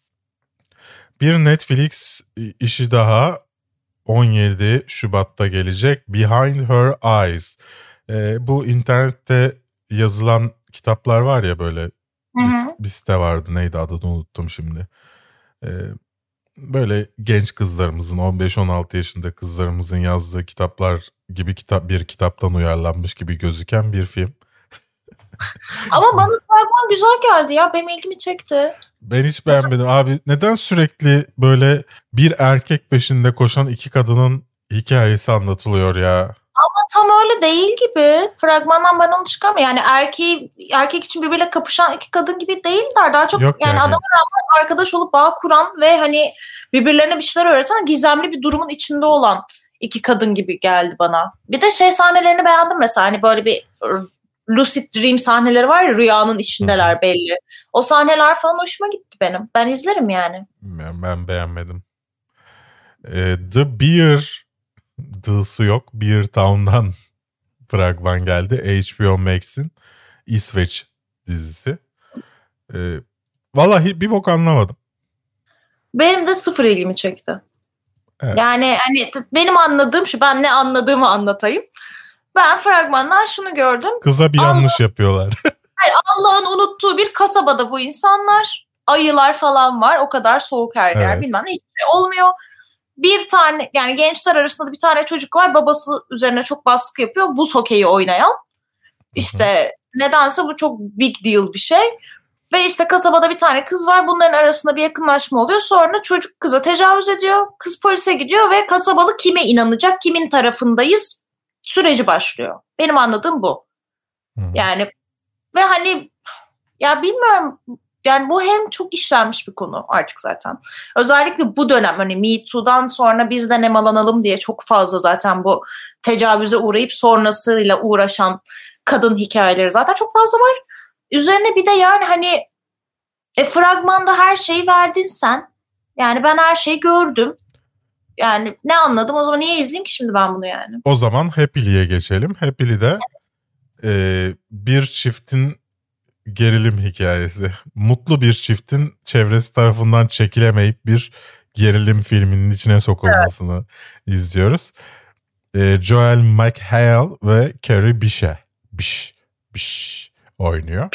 Bir Netflix işi daha on yedi Şubat'ta gelecek. Behind Her Eyes. Ee, bu internette yazılan kitaplar var ya böyle. Hı Bir, hı. bir site vardı, neydi adını unuttum şimdi. Ee, böyle genç kızlarımızın, on beş on altı yaşında kızlarımızın yazdığı kitaplar gibi kitap bir kitaptan uyarlanmış gibi gözüken bir film. Ama bana fragman güzel geldi ya benim ilgimi çekti. Ben hiç beğenmedim. Abi neden sürekli böyle bir erkek peşinde koşan iki kadının hikayesi anlatılıyor ya? Ama tam öyle değil gibi. Fragmandan ben onu çıkarmıyorum. Yani erkeği, erkek için birbiriyle kapışan iki kadın gibi değiller. Daha çok Yok yani, yani. adama rağmen arkadaş olup bağ kuran ve hani birbirlerine bir şeyler öğreten gizemli bir durumun içinde olan iki kadın gibi geldi bana. Bir de şey sahnelerini beğendim mesela. Hani böyle bir lucid dream sahneleri var ya, rüyanın içindeler belli. O sahneler falan hoşuma gitti benim. Ben izlerim yani. Ben, ben beğenmedim. Ee, The Beer, D'sı yok. Beer Town'dan fragman geldi. H B O Max'in İsveç dizisi. Ee, vallahi bir bok anlamadım. Benim de sıfır ilgimi çekti. Evet. Yani hani t- benim anladığım şu, ben ne anladığımı anlatayım. Ben fragmandan şunu gördüm. Kıza bir Allah- yanlış yapıyorlar. Hayır, Allah'ın unuttuğu bir kasabada bu insanlar. Ayılar falan var. O kadar soğuk her yer. Evet. Bilmem ne, hiçbir şey olmuyor. Bir tane yani gençler arasında da bir tane çocuk var. Babası üzerine çok baskı yapıyor. Buz hokeyi oynayan. İşte nedense bu çok big deal bir şey. Ve işte kasabada bir tane kız var. Bunların arasında bir yakınlaşma oluyor. Sonra çocuk kıza tecavüz ediyor. Kız polise gidiyor ve kasabalı kime inanacak, kimin tarafındayız süreci başlıyor. Benim anladığım bu. Hı. Yani ve hani ya bilmiyorum, yani bu hem çok işlenmiş bir konu artık zaten. Özellikle bu dönem hani Me Too'dan sonra biz de nemalanalım diye çok fazla zaten bu tecavüze uğrayıp sonrasıyla uğraşan kadın hikayeleri zaten çok fazla var. Üzerine bir de yani hani e, fragmanda her şeyi verdin sen. Yani ben her şeyi gördüm. Yani ne anladım o zaman, niye izleyeyim ki şimdi ben bunu yani? O zaman Happy'liye geçelim. Happy'li'de e, bir çiftin gerilim hikayesi. Mutlu bir çiftin çevresi tarafından çekilemeyip bir gerilim filminin içine sokulmasını izliyoruz. E, Joel McHale ve Carrie Bishop Bish, Bish oynuyor.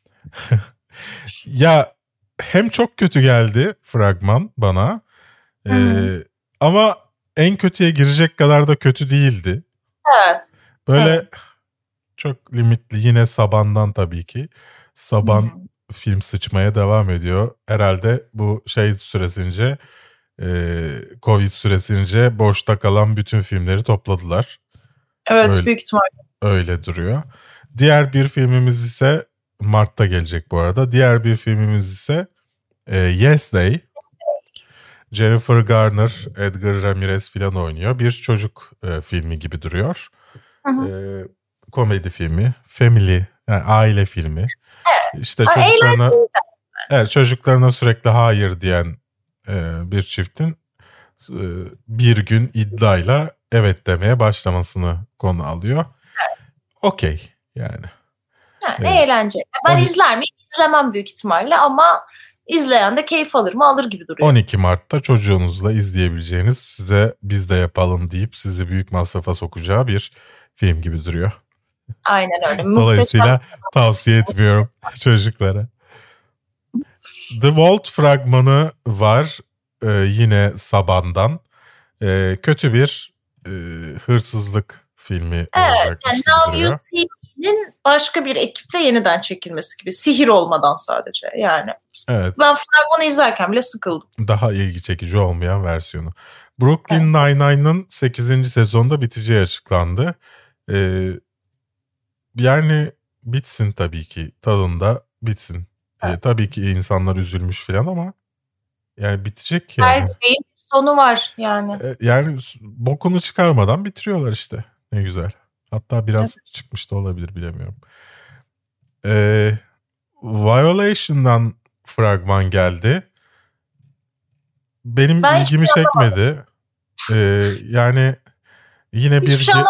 Ya hem çok kötü geldi fragman bana. E, ama en kötüye girecek kadar da kötü değildi. Evet. Böyle Evet. çok limitli, yine Saban'dan tabii ki. Saban film sıçmaya devam ediyor. Herhalde bu şey süresince, e, Covid süresince boşta kalan bütün filmleri topladılar. Evet Öyle. büyük ihtimal. Öyle duruyor. Diğer bir filmimiz ise Mart'ta gelecek bu arada. Diğer bir filmimiz ise e, Yes Day. Jennifer Garner, Edgar Ramirez falan oynuyor. Bir çocuk e, filmi gibi duruyor. Hı hı. E, komedi filmi, family, yani aile filmi. İşte Aa, çocuklarına, evet, çocuklarına sürekli hayır diyen e, bir çiftin e, bir gün iddiayla evet demeye başlamasını konu alıyor. Okey yani. Ha, Evet. eğlenceli. Ben On- izler miyim? İzlemem büyük ihtimalle ama izleyen de keyif alır mı? Alır gibi duruyor. on iki Mart'ta çocuğunuzla izleyebileceğiniz, size biz de yapalım deyip sizi büyük masrafa sokacağı bir film gibi duruyor. Aynen öyle. Dolayısıyla tavsiye etmiyorum çocuklara. The Vault fragmanı var ee, yine Saban'dan. Ee, kötü bir e, hırsızlık filmi Evet, olacakmış yani gibi Now duruyor. You See'nin başka bir ekiple yeniden çekilmesi gibi. Sihir olmadan sadece yani. Evet, Ben fragmanı izlerken bile sıkıldım. daha ilgi çekici olmayan versiyonu. Brooklyn Nine-Nine'ın sekizinci sezonda biteceği açıklandı. Ee, yani bitsin tabii ki, tadında bitsin. Ee, tabii ki insanlar üzülmüş falan ama yani bitecek yani. Her şeyin bir sonu var yani. E, Yani bokunu çıkarmadan bitiriyorlar işte. Ne güzel. Hatta biraz evet. çıkmış da olabilir, bilemiyorum. Ee, Violation'dan fragman geldi. Benim ben ilgimi çekmedi. Ee, yani yine bir şey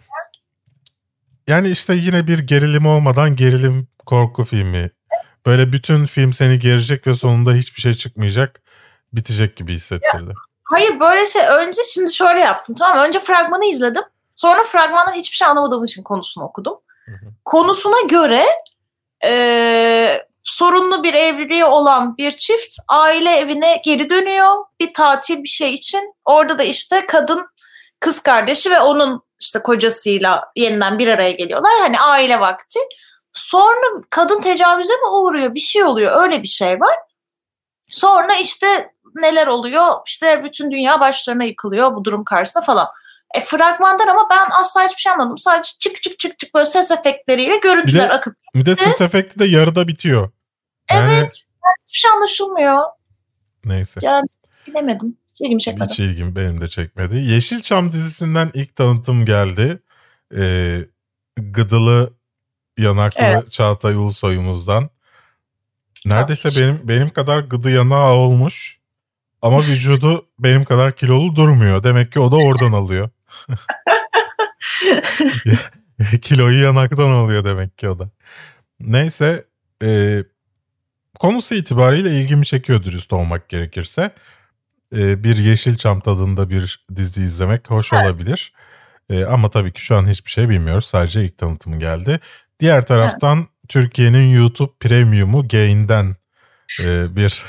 yani işte yine bir gerilim olmadan gerilim korku filmi. Böyle bütün film seni gerecek ve sonunda hiçbir şey çıkmayacak, bitecek gibi hissettirdi. Ya, hayır böyle şey, önce şimdi şöyle yaptım, tamam, önce fragmanı izledim. Sonra fragmandan hiçbir şey anlamadığım için konusunu okudum. Hı hı. Konusuna göre e, sorunlu bir evliliği olan bir çift aile evine geri dönüyor. Bir tatil, bir şey için. Orada da işte kadın, kız kardeşi ve onun işte kocasıyla yeniden bir araya geliyorlar. Hani aile vakti. Sonra kadın tecavüze mi uğruyor? Bir şey oluyor. Öyle bir şey var. Sonra işte neler oluyor? İşte bütün dünya başlarına yıkılıyor bu durum karşısında falan. E fragmandan ama ben asla hiçbir şey anlamadım. Sadece çık çık çık çık böyle ses efektleriyle görüntüler bir de, akıp gitti. Bir de ses efekti de yarıda bitiyor. Yani, evet. Hiçbir şey anlaşılmıyor. Neyse. Yani bilemedim. Hiç ilgimi çekmedi. Hiç ilgim benim de çekmedi. Yeşilçam dizisinden ilk tanıtım geldi. Ee, gıdılı yanaklı evet. Çağatay Ulusoy'umuzdan. Neredeyse Tabii. benim benim kadar gıdı yanağı olmuş. Ama vücudu benim kadar kilolu durmuyor. Demek ki o da oradan alıyor. Kiloyu yanaktan alıyor demek ki o da. Neyse. E, konusu itibariyle ilgimi çekiyor dürüst olmak gerekirse. E, bir Yeşilçam tadında bir dizi izlemek hoş evet. olabilir. E, ama tabii ki şu an hiçbir şey bilmiyoruz. Sadece ilk tanıtımı geldi. Diğer taraftan evet. Türkiye'nin YouTube Premium'u Gain'den e, bir...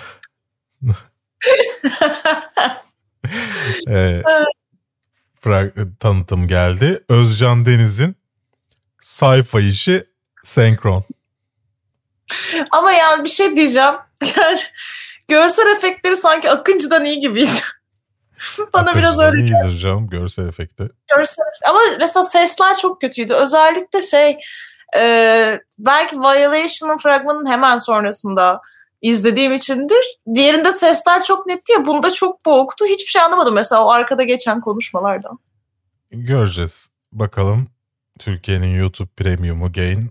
e, frag- tanıtım geldi. Özcan Deniz'in sayfa işi senkron. Ama yani bir şey diyeceğim. Yani görsel efektleri sanki Akıncı'dan iyi gibiydi. Bana Akıncı'dan biraz öyle iyidir geldi. Canım görsel efekti. Görsel, ama mesela sesler çok kötüydü. Özellikle şey e, belki Violation'ın fragmanının hemen sonrasında izlediğim içindir. Diğerinde sesler çok netti ya. Bunda çok boğuktu. Hiçbir şey anlamadım mesela o arkada geçen konuşmalardan. Göreceğiz. Bakalım Türkiye'nin YouTube Premium'u Gain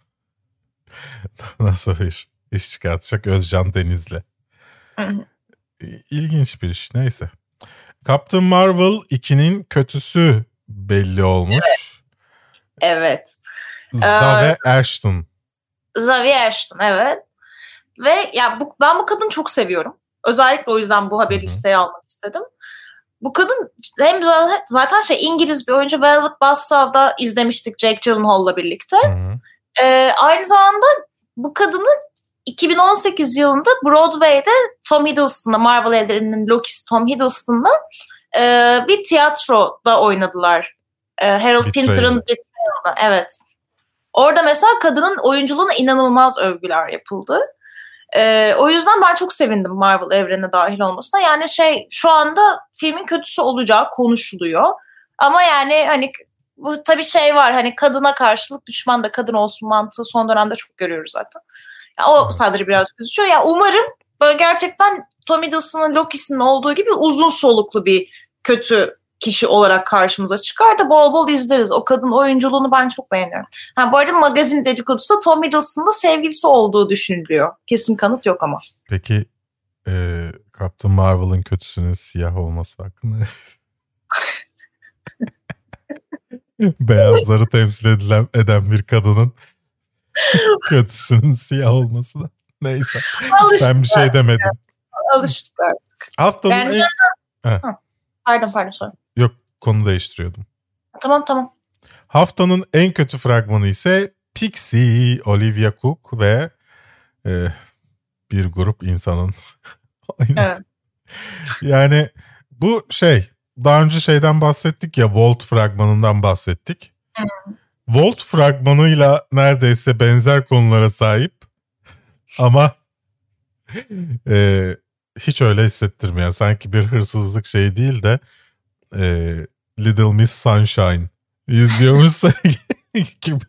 nasıl bir iş çıkartacak Özcan Deniz'le. İlginç bir iş. Neyse. Captain Marvel ikinin kötüsü belli olmuş. Evet. evet. Zawe ee, Ashton. Zawe Ashton evet. Ve ya bu, ben bu kadını çok seviyorum. Özellikle o yüzden bu haberi listeye almak istedim. Bu kadın hem zaten şey İngiliz bir oyuncu, Velvet Buzzsaw'da izlemiştik Jake Gyllenhaal'la birlikte. Ee, aynı zamanda bu kadını iki bin on sekiz yılında Broadway'de Tom Hiddleston'la, Marvel evreninin Loki'si Tom Hiddleston'la e, bir tiyatroda oynadılar. E, Harold Betrayal. Pinter'ın Betrayal'da. Evet. Orada mesela kadının oyunculuğuna inanılmaz övgüler yapıldı. Ee, o yüzden ben çok sevindim Marvel evrenine dahil olmasına. Yani şey şu anda filmin kötüsü olacağı konuşuluyor. Ama yani hani bu tabii şey var, hani kadına karşılık düşman da kadın olsun mantığı son dönemde çok görüyoruz zaten. Yani o sadece biraz üzücü. Yani umarım böyle gerçekten Tom Hiddleston'ın Loki'sinin olduğu gibi uzun soluklu bir kötü kişi olarak karşımıza çıkar da bol bol izleriz. O kadın oyunculuğunu ben çok beğeniyorum. Ha, bu arada magazin dedikodusu da Tom Hiddleston'da sevgilisi olduğu düşünülüyor. Kesin kanıt yok ama. Peki e, Captain Marvel'ın kötüsünün siyah olması hakkında beyazları temsil edilen, eden bir kadının kötüsünün siyah olması da neyse. Alıştık ben bir şey demedim. Yani. Alıştık artık. Haftanın yani en... zaten... Pardon pardon sorry. Yok, konu değiştiriyordum. Tamam tamam. Haftanın en kötü fragmanı ise Pixie, Olivia Cook ve e, bir grup insanın evet. Yani bu şey, daha önce şeyden bahsettik ya, Volt fragmanından bahsettik. Hmm. Volt fragmanıyla neredeyse benzer konulara sahip ama e, hiç öyle hissettirmeyen, sanki bir hırsızlık şey değil de e, Little Miss Sunshine izliyormuşsa gibi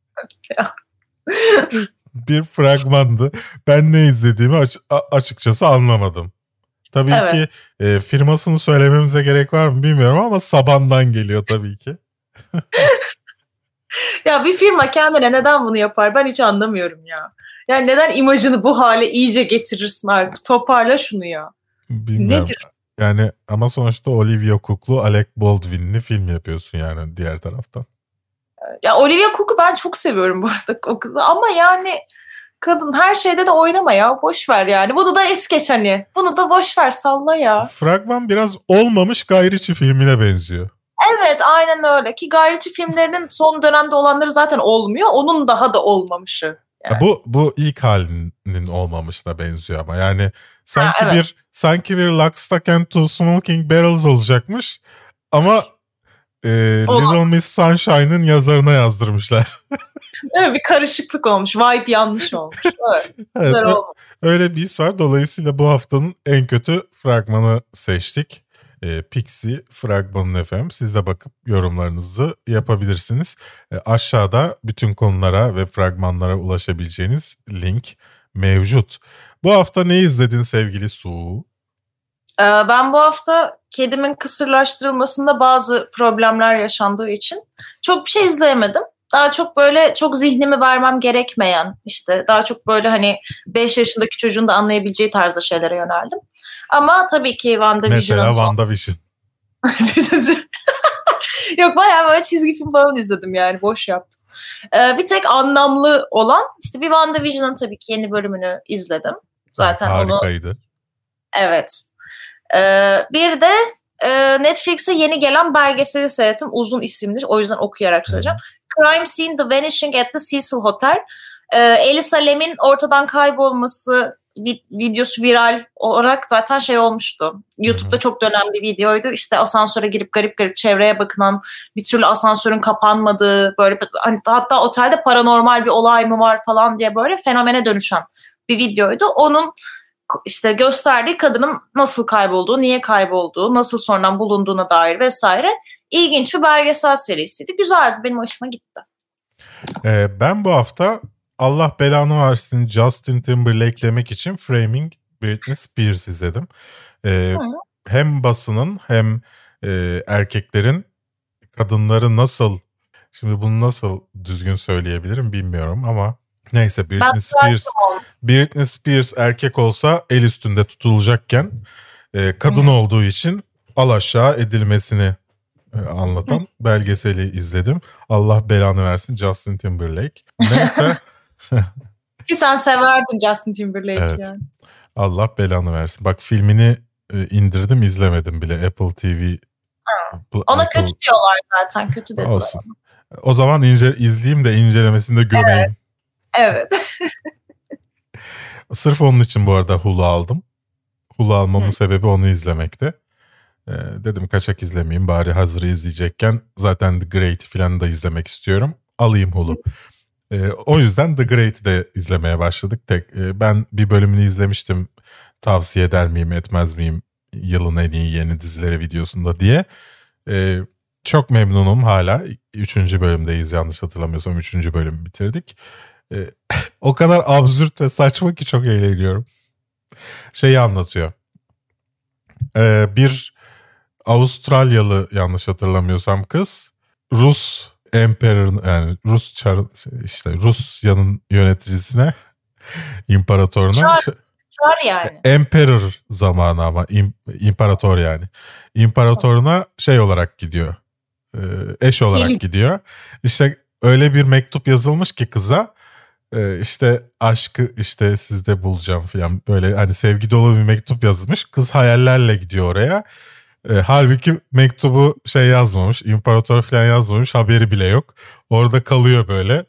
bir fragmandı. Ben ne izlediğimi aç- açıkçası anlamadım. Tabii evet. ki e, firmasını söylememize gerek var mı bilmiyorum ama Saban'dan geliyor tabii ki. Ya bir firma kendine neden bunu yapar? Ben hiç anlamıyorum ya. Yani neden imajını bu hale iyice getirirsin artık? Toparla şunu ya. Bilmiyorum. Nedir? Yani ama sonuçta Olivia Cook'lu Alec Baldwin'li film yapıyorsun yani diğer taraftan. Ya Olivia Cook'u ben çok seviyorum bu arada o kızı. Ama yani kadın her şeyde de oynama ya. Boş ver yani. Bunu da es geç hani. Bunu da boş ver, salla ya. Fragman biraz olmamış Guy Ritchie filmine benziyor. Evet, aynen öyle. Ki Guy Ritchie filmlerinin son dönemde olanları zaten olmuyor. Onun daha da olmamışı. Yani. Bu bu ilk halinin olmamışına benziyor ama yani sanki Ha, evet. bir sanki bir Lock, Stock and Two Smoking Barrels olacakmış ama e, Little Miss Sunshine'ın yazarına yazdırmışlar. Evet, bir karışıklık olmuş. Vibe yanlış olmuş. Evet. Evet, Güzel ö- olmuş. öyle bir his var. Dolayısıyla bu haftanın en kötü fragmanı seçtik. E, Pixie fragmanı efendim. Siz de bakıp yorumlarınızı yapabilirsiniz. E, aşağıda bütün konulara ve fragmanlara ulaşabileceğiniz link mevcut. Bu hafta ne izledin sevgili Su? Ee, ben bu hafta kedimin kısırlaştırılmasında bazı problemler yaşandığı için çok bir şey izleyemedim. Daha çok böyle çok zihnimi vermem gerekmeyen, işte daha çok böyle hani beş yaşındaki çocuğun da anlayabileceği tarzda şeylere yöneldim. Ama tabii ki WandaVision'ın Mesela son... WandaVision. Yok, bayağı böyle çizgi film falan izledim yani, boş yaptım. Ee, bir tek anlamlı olan işte bir WandaVision'ın tabii ki yeni bölümünü izledim. Zaten harikaydı. Onu... Evet. Ee, bir de e, Netflix'e yeni gelen belgeseli seyrettim. Uzun isimli, o yüzden okuyarak söyleyeceğim. Crime Scene: The Vanishing at the Cecil Hotel. Ee, Elisa Lam'in ortadan kaybolması videosu viral olarak zaten şey olmuştu. YouTube'da Hı-hı. çok dönen bir videoydu. İşte asansöre girip garip garip çevreye bakınan, bir türlü asansörün kapanmadığı, böyle hani hatta otelde paranormal bir olay mı var falan diye böyle fenomene dönüşen bir videoydu. Onun işte gösterdiği kadının nasıl kaybolduğu, niye kaybolduğu, nasıl sonradan bulunduğuna dair vesaire ilginç bir belgesel serisiydi. Güzeldi, benim hoşuma gitti. Ee, ben bu hafta Allah belanı versin Justin Timberlake demek için Framing Britney Spears izledim. Ee, hem basının hem e, erkeklerin kadınları nasıl, şimdi bunu nasıl düzgün söyleyebilirim bilmiyorum ama neyse, Britney ben Spears Britney Spears erkek olsa el üstünde tutulacakken e, kadın Hı. olduğu için alaşağı edilmesini e, anlatan Hı. belgeseli izledim. Allah belanı versin Justin Timberlake. Neyse. Ki sen severdin Justin Timberlake evet. yani. Allah belanı versin. Bak filmini e, indirdim, izlemedim bile. Apple T V. Apple, Ona Apple... kötü diyorlar zaten. Kötü dediler. Olsun. O zaman ince, izleyeyim de incelemesini de gömeyim. Evet. Evet. Sırf onun için bu arada Hulu aldım. Hulu almamın Hı. sebebi onu izlemekti. Ee, dedim kaçak izlemeyeyim bari, hazır izleyecekken zaten The Great'i falan da izlemek istiyorum. Alayım Hulu. Ee, o yüzden The Great'i de izlemeye başladık. Tek e, ben bir bölümünü izlemiştim. Tavsiye eder miyim etmez miyim yılın en iyi yeni dizileri videosunda diye. Ee, çok memnunum hala. Üçüncü bölümdeyiz yanlış hatırlamıyorsam. Üçüncü bölümü bitirdik. Ee, o kadar absürt ve saçma ki çok eğleniyorum. Şeyi anlatıyor. Ee, bir Avustralyalı, yanlış hatırlamıyorsam kız, Rus Emperor, yani Rus çar, işte Rusya'nın yöneticisine, imparatoruna, çar, çar yani. Emperor zamanı ama im, imparator yani. İmparatoruna şey olarak gidiyor. Eş olarak Hili. gidiyor. İşte öyle bir mektup yazılmış ki kıza, işte aşkı işte sizde bulacağım falan, böyle hani sevgi dolu bir mektup yazılmış. Kız hayallerle gidiyor oraya. E, halbuki mektubu şey yazmamış, imparator falan yazmamış, haberi bile yok. Orada kalıyor böyle.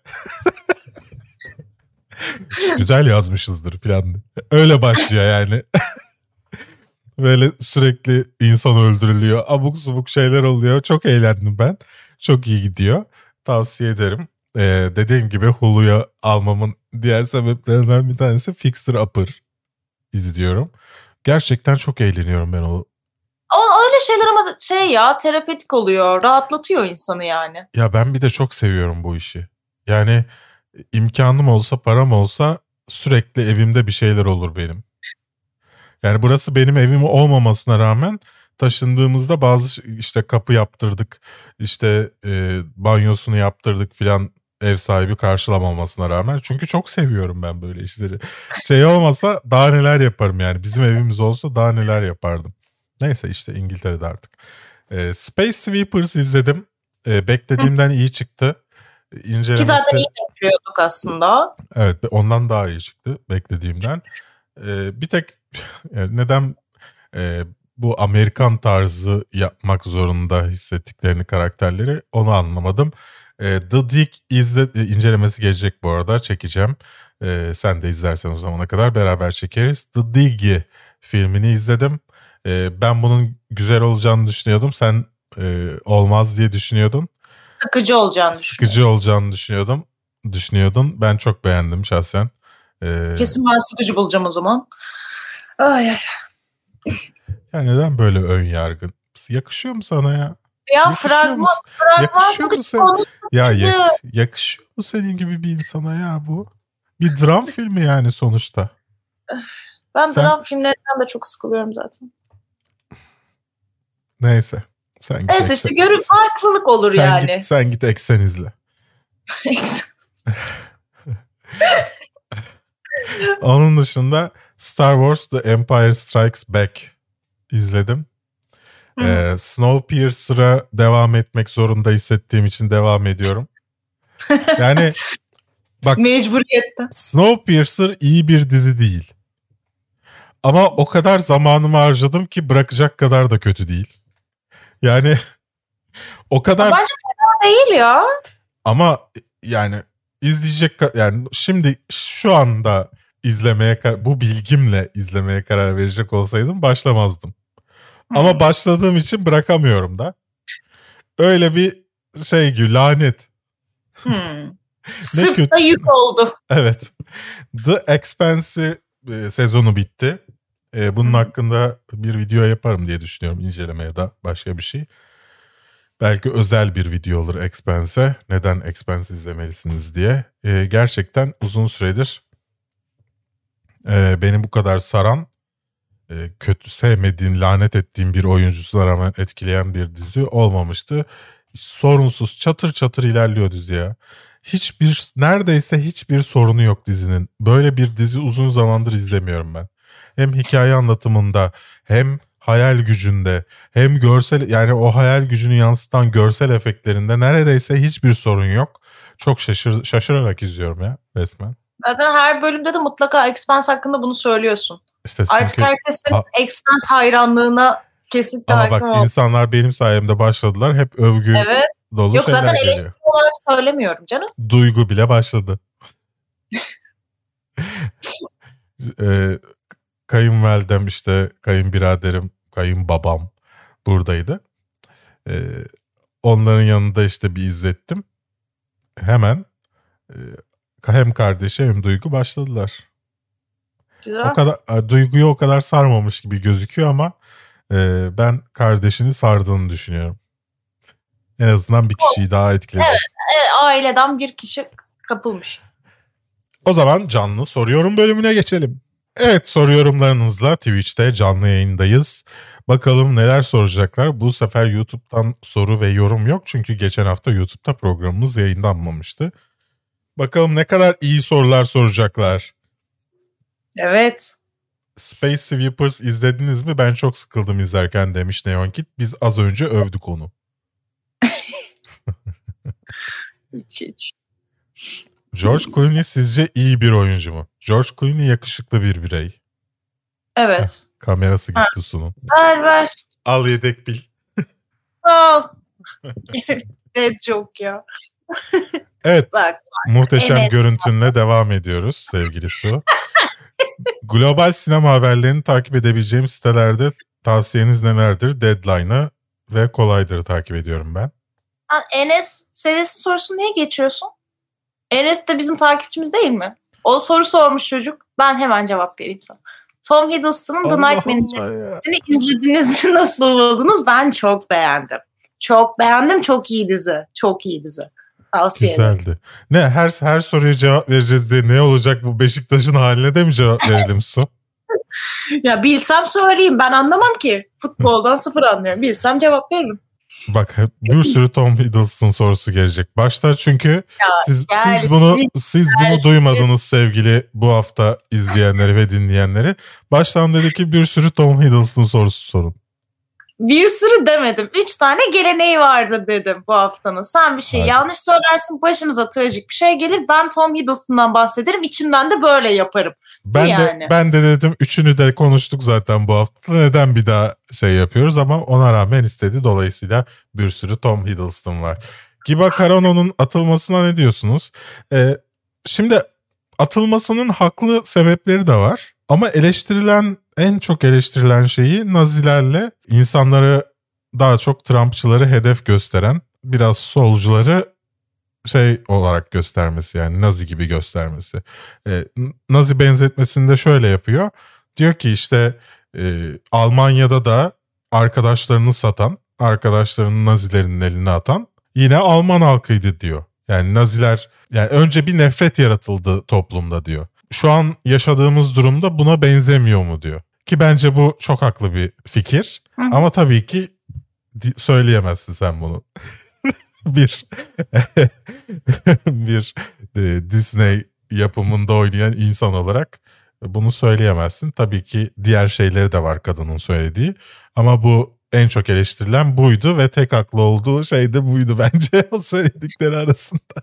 Güzel yazmışızdır falan. Öyle başlıyor yani. Böyle sürekli insan öldürülüyor, abuk subuk şeyler oluyor. Çok eğlendim ben. Çok iyi gidiyor. Tavsiye ederim. Ee, dediğim gibi Hulu'ya almamın diğer sebeplerinden bir tanesi Fixer Upper izliyorum. Gerçekten çok eğleniyorum ben o. O öyle şeyler ama şey ya, terapetik oluyor. Rahatlatıyor insanı yani. Ya ben bir de çok seviyorum bu işi. Yani imkanım olsa, param olsa sürekli evimde bir şeyler olur benim. Yani burası benim evim olmamasına rağmen taşındığımızda bazı işte kapı yaptırdık, işte e, banyosunu yaptırdık filan, ev sahibi karşılamamasına rağmen. Çünkü çok seviyorum ben böyle işleri. Şey olmasa daha neler yaparım yani. Bizim evimiz olsa daha neler yapardım. Neyse işte İngiltere'de artık. E, Space Sweepers izledim. E, beklediğimden iyi çıktı. İncelemesi... Ki zaten iyi bekliyorduk aslında. Evet, ondan daha iyi çıktı beklediğimden. E, bir tek yani neden e, bu Amerikan tarzı yapmak zorunda hissettiklerini karakterleri, onu anlamadım. E, The Dig izle, e, incelemesi gelecek bu arada, çekeceğim. E, sen de izlersen o zamana kadar beraber çekeriz. The Dig filmini izledim. E, ben bunun güzel olacağını düşünüyordum. Sen e, olmaz diye düşünüyordun. Sıkıcı olacağını düşünüyordum. Sıkıcı olacağını düşünüyordum. Düşünüyordun. Ben çok beğendim şahsen. E, Kesin ben sıkıcı bulacağım o zaman. Ay ay. Ya neden böyle ön yargın? Yakışıyor mu sana ya? Ya Yakışıyor fragman, mu? fragman Yakışıyor mu sıkıcı sen? konu Ya sıkıcı. yak- yakışıyor mu senin gibi bir insana ya bu? Bir dram filmi yani sonuçta. Ben Sen- dram filmlerinden de çok sıkılıyorum zaten. Neyse. Sen git Neyse eksen- işte görüp farklılık olur sen yani. Git, sen git eksen izle. Onun dışında Star Wars The Empire Strikes Back izledim. Hı. Ee, Snowpiercer'a devam etmek zorunda hissettiğim için devam ediyorum. Yani bak, Mecburiyette. Snowpiercer iyi bir dizi değil. Ama o kadar zamanımı harcadım ki bırakacak kadar da kötü değil. Yani o kadar... Bence fena değil ya. Ama yani izleyecek ka- yani şimdi şu anda izlemeye kar- bu bilgimle izlemeye karar verecek olsaydım başlamazdım. Ama başladığım için bırakamıyorum da. Öyle bir şey gibi, lanet. Hmm. kötü. Sırtta yük oldu. Evet. The Expanse e, sezonu bitti. E, bunun hakkında bir video yaparım diye düşünüyorum, inceleme ya da başka bir şey. Belki özel bir video olur Expanse. Neden Expanse izlemelisiniz diye. E, gerçekten uzun süredir e, beni bu kadar saran, e, kötü, sevmediğim, lanet ettiğim bir oyuncusuna rağmen etkileyen bir dizi olmamıştı. Sorunsuz, çatır çatır ilerliyor dizi ya. Hiçbir, neredeyse hiçbir sorunu yok dizinin. Böyle bir dizi uzun zamandır izlemiyorum ben. Hem hikaye anlatımında, hem hayal gücünde, hem görsel, yani o hayal gücünü yansıtan görsel efektlerinde neredeyse hiçbir sorun yok. Çok şaşır, şaşırarak izliyorum ya resmen. Zaten her bölümde de mutlaka Expanse hakkında bunu söylüyorsun. İşte çünkü, Artık herkesin Ha- Expanse hayranlığına kesinlikle ama hakim bak, oldu. insanlar benim sayemde başladılar. Hep övgü Evet. dolu Yok şeyler zaten geliyor. eleştiri olarak söylemiyorum canım. Duygu bile başladı. ee, kayınvalidem, işte kayınbiraderim, kayınbabam buradaydı. Ee, onların yanında işte bir izlettim. Hemen e, hem kardeşi hem Duygu başladılar. Güzel. O kadar a, Duygu'yu o kadar sarmamış gibi gözüküyor ama e, ben kardeşini sardığını düşünüyorum. En azından bir kişiyi daha etkiledi. Evet. E, aileden bir kişi kapılmış. O zaman canlı soruyorum bölümüne geçelim. Evet, soru yorumlarınızla Twitch'te canlı yayındayız. Bakalım neler soracaklar. Bu sefer YouTube'dan soru ve yorum yok. Çünkü geçen hafta YouTube'da programımız yayınlanmamıştı. Bakalım ne kadar iyi sorular soracaklar. Evet. Space Sweepers izlediniz mi? Ben çok sıkıldım izlerken demiş Neon Kid. Biz az önce övdük onu. Hiç hiç. George Clooney sizce iyi bir oyuncu mu? George Clooney yakışıklı bir birey. Evet. Kamerası gitti Sun'un. Ver ver. Al yedek bil. Al. Dead joke ya. Evet. Bak. Muhteşem Evet. görüntünle devam ediyoruz sevgili Su. Global sinema haberlerini takip edebileceğim sitelerde tavsiyeniz nelerdir? Deadline'ı ve Collider'ı takip ediyorum ben. Sen Enes serisi sorusunu niye geçiyorsun? Enes de bizim takipçimiz değil mi? O soru sormuş çocuk. Ben hemen cevap vereyim sana. Tom Hiddleston'ın The Allah Night Allah Manager'ını izlediniz mi? Nasıl buldunuz? Ben çok beğendim. Çok beğendim. Çok iyi dizi. Çok iyi dizi. Tavsiye ederim. Güzeldi. Ne, her her soruya cevap vereceğiz diye ne olacak bu Beşiktaş'ın haline de mi cevap verelim Su? Ya bilsem söyleyeyim. Ben anlamam ki. Futboldan sıfır anlıyorum. Bilsem cevap veririm. Bak bir sürü Tom Hiddleston sorusu gelecek. Başta çünkü Ya, siz gel, siz bunu siz bunu gel. duymadınız sevgili bu hafta izleyenleri ve dinleyenleri. Baştan dedi ki bir sürü Tom Hiddleston sorusu sorun. Bir sürü demedim. Üç tane geleneği vardır dedim bu haftanın. Sen bir şey Hadi. yanlış söylersin, başımıza trajik bir şey gelir. Ben Tom Hiddleston'dan bahsederim. İçimden de böyle yaparım. Ben yani. de ben de dedim üçünü de konuştuk zaten bu hafta. Neden bir daha şey yapıyoruz ama ona rağmen istedi. Dolayısıyla bir sürü Tom Hiddleston var. Giba Carano'nun atılmasına ne diyorsunuz? Ee, şimdi atılmasının haklı sebepleri de var. Ama eleştirilen, en çok eleştirilen şeyi Nazilerle insanları, daha çok Trumpçıları hedef gösteren, biraz solcuları şey olarak göstermesi, yani Nazi gibi göstermesi. Ee, Nazi benzetmesini de şöyle yapıyor. Diyor ki işte e, Almanya'da da arkadaşlarını satan, arkadaşlarını Nazilerin eline atan yine Alman halkıydı diyor. Yani Naziler, yani önce bir nefret yaratıldı toplumda diyor. Şu an yaşadığımız durumda buna benzemiyor mu diyor. Ki bence bu çok haklı bir fikir. Hı. Ama tabii ki söyleyemezsin sen bunu. bir bir e, Disney yapımında oynayan insan olarak bunu söyleyemezsin. Tabii ki diğer şeyleri de var kadının söylediği. Ama bu en çok eleştirilen buydu ve tek haklı olduğu şey de buydu bence o söyledikleri arasında.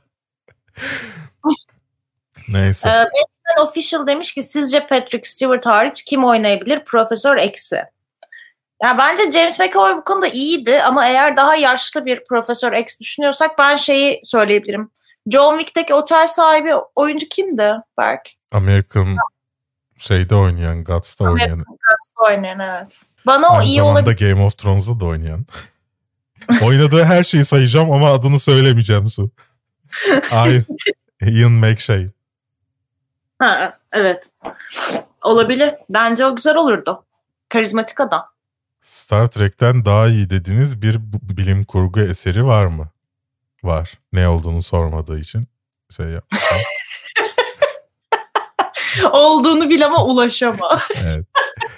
Neyse. Ee, Batman Official demiş ki sizce Patrick Stewart hariç kim oynayabilir Profesör X'i? Ya bence James McAvoy bu konuda iyiydi ama eğer daha yaşlı bir Profesör X düşünüyorsak ben şeyi söyleyebilirim. John Wick'teki otel sahibi oyuncu kimdi Berk? American şeyde oynayan, Gods'ta oynayan. American Gods'ta oynayan, evet. Bana aynı o iyi zamanda olabilir. Game of Thrones'da da oynayan. Oynadığı her şeyi sayacağım ama adını söylemeyeceğim Su. Ay, Ian McShane. Ha, evet. Olabilir. Bence o güzel olurdu. Karizmatik adam. Star Trek'ten daha iyi dediğiniz bir bilim kurgu eseri var mı? Var. Ne olduğunu sormadığı için şey yapmışlar. Olduğunu bil ama ulaşama. Evet.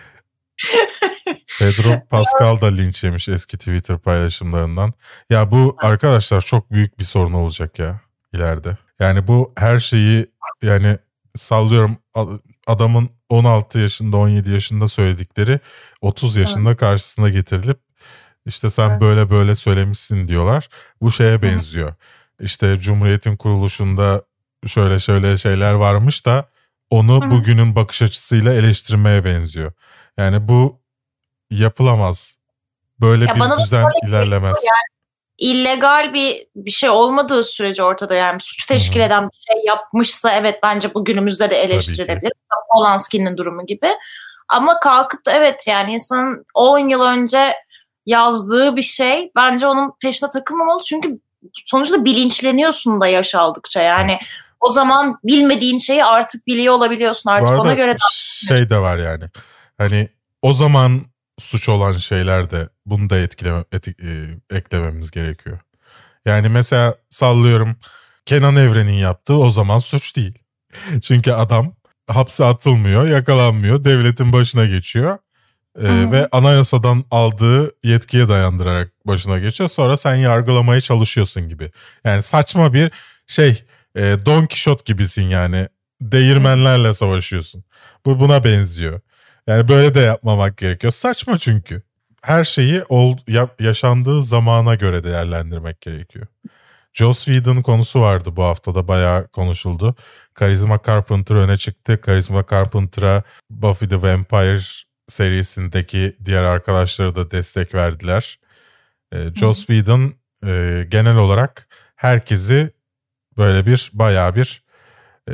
Pedro Pascal da linç yemiş eski Twitter paylaşımlarından. Ya bu arkadaşlar çok büyük bir sorun olacak ya ileride. Yani bu her şeyi, yani sallıyorum, adamın on altı yaşında on yedi yaşında söyledikleri otuz yaşında evet. karşısına getirilip işte sen evet. böyle böyle söylemişsin diyorlar. Bu şeye benziyor. İşte Cumhuriyet'in kuruluşunda şöyle şöyle şeyler varmış da onu Hı. bugünün bakış açısıyla eleştirmeye benziyor. Yani bu yapılamaz. Böyle ya bir düzen ilerlemez. Yani illegal bir bir şey olmadığı sürece ortada, yani suç teşkil eden bir şey yapmışsa evet bence bu günümüzde de eleştirilebilir. Polanski'nin durumu gibi. Ama kalkıp da evet yani insanın on yıl önce yazdığı bir şey, bence onun peşine takılmamalı. Çünkü sonuçta bilinçleniyorsun da yaş aldıkça yani. O zaman bilmediğin şeyi artık biliyor olabiliyorsun. Artık ona göre de şey de var yani. Hani o zaman suç olan şeyler de bunu da etkileme, etik, e, eklememiz gerekiyor. Yani mesela sallıyorum Kenan Evren'in yaptığı o zaman suç değil. Çünkü adam hapse atılmıyor, yakalanmıyor, devletin başına geçiyor. E, ve anayasadan aldığı yetkiye dayandırarak başına geçiyor. Sonra sen yargılamaya çalışıyorsun gibi. Yani saçma bir şey, e, Don Kişot gibisin yani. Değirmenlerle savaşıyorsun. Bu buna benziyor. Yani böyle de yapmamak gerekiyor. Saçma çünkü. Her şeyi ol, ya, yaşandığı zamana göre değerlendirmek gerekiyor. Joss Whedon konusu vardı bu haftada, bayağı konuşuldu. Charisma Carpenter öne çıktı. Charisma Carpenter'a Buffy the Vampire serisindeki diğer arkadaşları da destek verdiler. E, Joss Whedon e, genel olarak herkesi böyle bir bayağı bir e,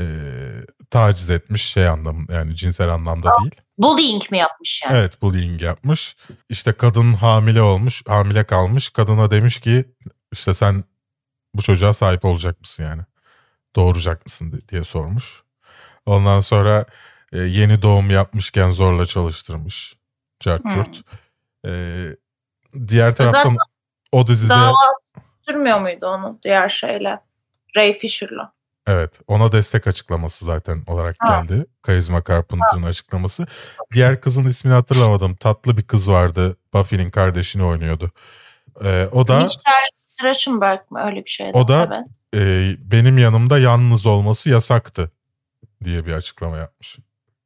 taciz etmiş, şey anlamı, yani cinsel anlamda değil. Bullying mi yapmış yani? Evet, bullying yapmış. İşte kadın hamile olmuş, hamile kalmış. Kadına demiş ki işte sen bu çocuğa sahip olacak mısın yani? Doğuracak mısın diye sormuş. Ondan sonra e, yeni doğum yapmışken zorla çalıştırmış. Cartçurt. Hmm. E, diğer taraftan zaten o dizide... Dava sürmüyor muydu onu diğer şeyle? Ray Fisher'la. Evet, ona destek açıklaması zaten olarak Ha. geldi. Karizma Carpenter'ın açıklaması. Diğer kızın ismini hatırlamadım. Tatlı bir kız vardı. Buffy'nin kardeşini oynuyordu. Ee, o da Michelle Trachtenberg mi? Öyle bir şeydi. o da Evet. e, benim yanımda yalnız olması yasaktı diye bir açıklama yapmış.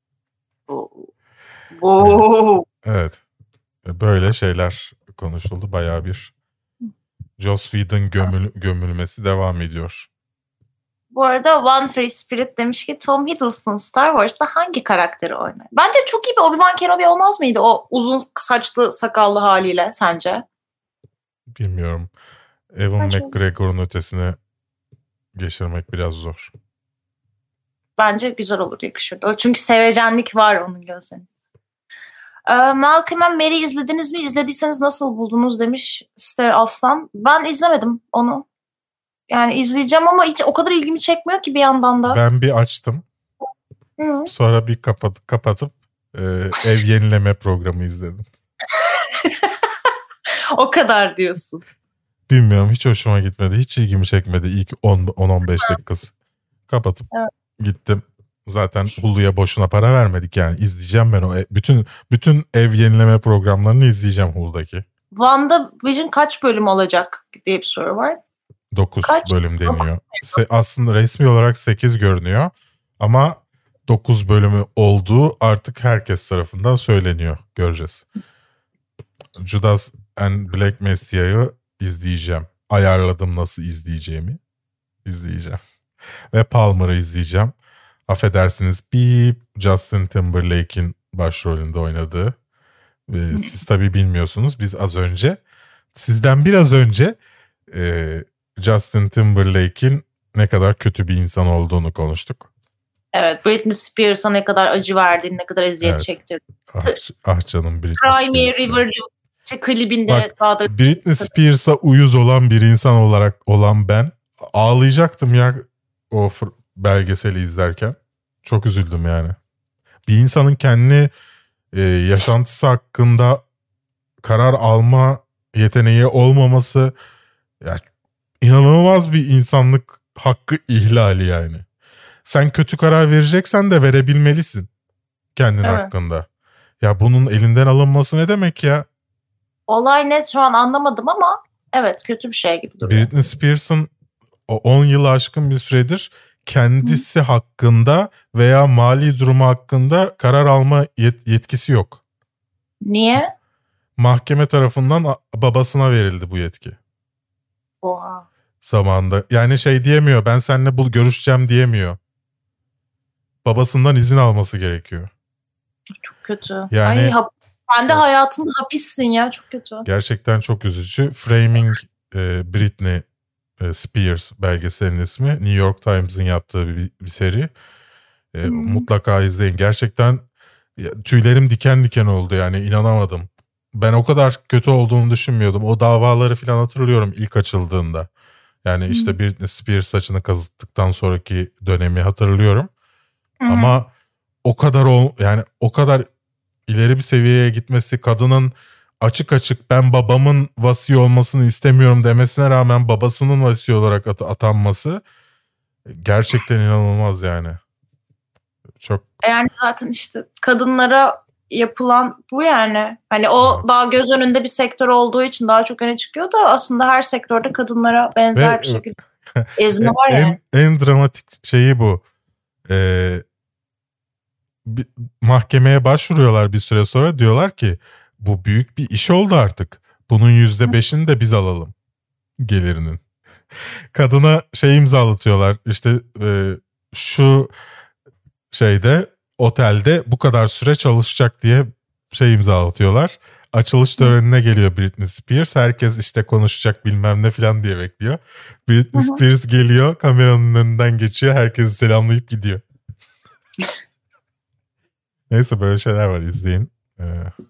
Oo. Evet. Böyle şeyler konuşuldu. Bayağı bir Joss Whedon gömül, gömülmesi devam ediyor. Bu arada One Free Spirit demiş ki Tom Hiddleston Star Wars'ta hangi karakteri oynar? Bence çok iyi bir Obi-Wan Kenobi olmaz mıydı o uzun saçlı sakallı haliyle sence? Bilmiyorum. Evan Bence- McGregor'un ötesine geçirmek biraz zor. Bence güzel olur, yakışırdı. Çünkü sevecenlik var onun gözlerinde. Ee, Malcolm and Mary izlediniz mi? İzlediyseniz nasıl buldunuz demiş Ster Aslan. Ben izlemedim onu. Yani izleyeceğim ama hiç o kadar ilgimi çekmiyor ki bir yandan da. Ben bir açtım. Hı. Sonra bir kapat, kapatıp e, ev yenileme programı izledim. O kadar diyorsun. Bilmiyorum, hiç hoşuma gitmedi. Hiç ilgimi çekmedi ilk on on beş dakikası. Kapatıp Evet. gittim. Zaten Hulu'ya boşuna para vermedik yani. İzleyeceğim ben o. e- Bütün bütün ev yenileme programlarını izleyeceğim Hulu'daki. WandaVision kaç bölüm olacak diye bir soru var. dokuz Kaç? bölüm deniyor. Se- aslında resmi olarak sekiz görünüyor. Ama dokuz bölümü olduğu artık herkes tarafından söyleniyor. Göreceğiz. Judas and Black Messiah'ı izleyeceğim. Ayarladım nasıl izleyeceğimi. İzleyeceğim. Ve Palmer'ı izleyeceğim. Affedersiniz, bir Justin Timberlake'in başrolünde oynadığı. Ee, siz tabii bilmiyorsunuz. Biz az önce, sizden biraz önce e, Justin Timberlake'in ne kadar kötü bir insan olduğunu konuştuk. Evet, Britney Spears'a ne kadar acı verdiğini, ne kadar eziyet Evet. çektirdiğini. Ah, ah canım Britney Cry Me Spears'a. River işte klibinde Bak, daha da Britney Spears'a uyuz olan bir insan olarak olan ben ağlayacaktım ya o fr- belgeseli izlerken. Çok üzüldüm yani. Bir insanın kendi e, yaşantısı hakkında karar alma yeteneği olmaması ya, inanılmaz bir insanlık hakkı ihlali yani. Sen kötü karar vereceksen de verebilmelisin kendin Evet. hakkında. Ya bunun elinden alınması ne demek ya? olay net şu an anlamadım ama evet, kötü bir şey gibi duruyor. Britney Spears'ın o on yılı aşkın bir süredir kendisi hakkında veya mali durumu hakkında karar alma yet- yetkisi yok. Niye? Mahkeme tarafından a- babasına verildi bu yetki Oha. zamanında. Yani şey diyemiyor, ben seninle bul görüşeceğim diyemiyor. Babasından izin alması gerekiyor. Çok kötü. Yani- Ay, hap- sen de hayatında hapissin ya, çok kötü. Gerçekten çok üzücü. Framing e, Britney e, Spears belgeselinin ismi. New York Times'ın yaptığı bir, bir seri. E, Hmm. Mutlaka izleyin. Gerçekten ya, tüylerim diken diken oldu yani, inanamadım. Ben o kadar kötü olduğunu düşünmüyordum. O davaları falan hatırlıyorum ilk açıldığında. Yani işte Britney Spears saçını kazıttıktan sonraki dönemi hatırlıyorum. Hı hı. Ama o kadar ol, yani o kadar ileri bir seviyeye gitmesi, kadının açık açık ben babamın vasi olmasını istemiyorum demesine rağmen babasının vasi olarak at- atanması gerçekten inanılmaz yani. Çok Yani zaten işte kadınlara yapılan bu yani. Hani o Evet. daha göz önünde bir sektör olduğu için daha çok öne çıkıyor da aslında her sektörde kadınlara benzer Ve- bir şekilde ezme var en, yani. en dramatik şeyi bu. Ee, bir, mahkemeye başvuruyorlar bir süre sonra, diyorlar ki bu büyük bir iş oldu artık. Bunun yüzde beşini de biz alalım gelirinin. Kadına şey imzalatıyorlar işte e, şu şeyde otelde bu kadar süre çalışacak diye şey imzalatıyorlar. Açılış törenine geliyor Britney Spears. Herkes işte konuşacak bilmem ne falan diye bekliyor. Britney Hı hı. Spears geliyor, kameranın önünden geçiyor. Herkesi selamlayıp gidiyor. Neyse, böyle şeyler var, izleyin. Ee,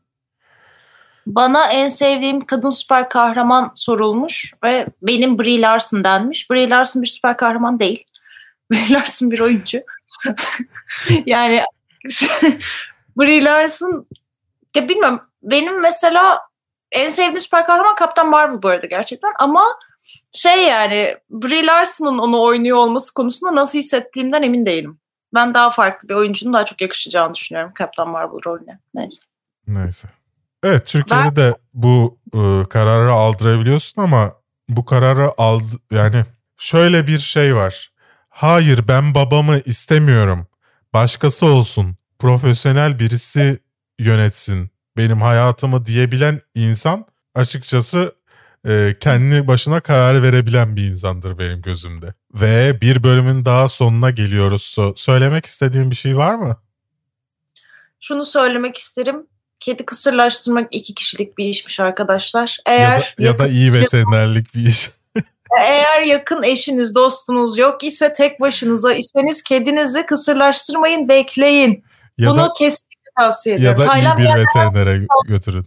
Bana en sevdiğim kadın süper kahraman sorulmuş ve benim Brie Larson denmiş. Brie Larson bir süper kahraman değil. Brie Larson bir oyuncu. Yani Brie Larson, ya bilmiyorum, benim mesela en sevdiğim süper kahraman Kaptan Marvel bu arada gerçekten, ama Şey yani Brie Larson'ın onu oynuyor olması konusunda nasıl hissettiğimden emin değilim. Ben daha farklı bir oyuncunun daha çok yakışacağını düşünüyorum Captain Marvel rolüne. Neyse. Neyse. Evet, Türkiye'de ben... de bu e, kararı aldırabiliyorsun ama bu kararı aldı yani şöyle bir şey var. Hayır, ben babamı istemiyorum. Başkası olsun. Profesyonel birisi yönetsin benim hayatımı diyebilen insan açıkçası e, kendi başına karar verebilen bir insandır benim gözümde. Ve bir bölümün daha sonuna geliyoruz. So- söylemek istediğin bir şey var mı? Şunu söylemek isterim. Kedi kısırlaştırmak iki kişilik bir işmiş arkadaşlar. Eğer ya da, ya da iyi veterinerlik bir iş. Eğer yakın eşiniz, dostunuz yok ise tek başınıza iseniz kedinizi kısırlaştırmayın, bekleyin. Ya Bunu da, kesinlikle tavsiye ediyorum. Ya da Tayland iyi bir veterinere götürün.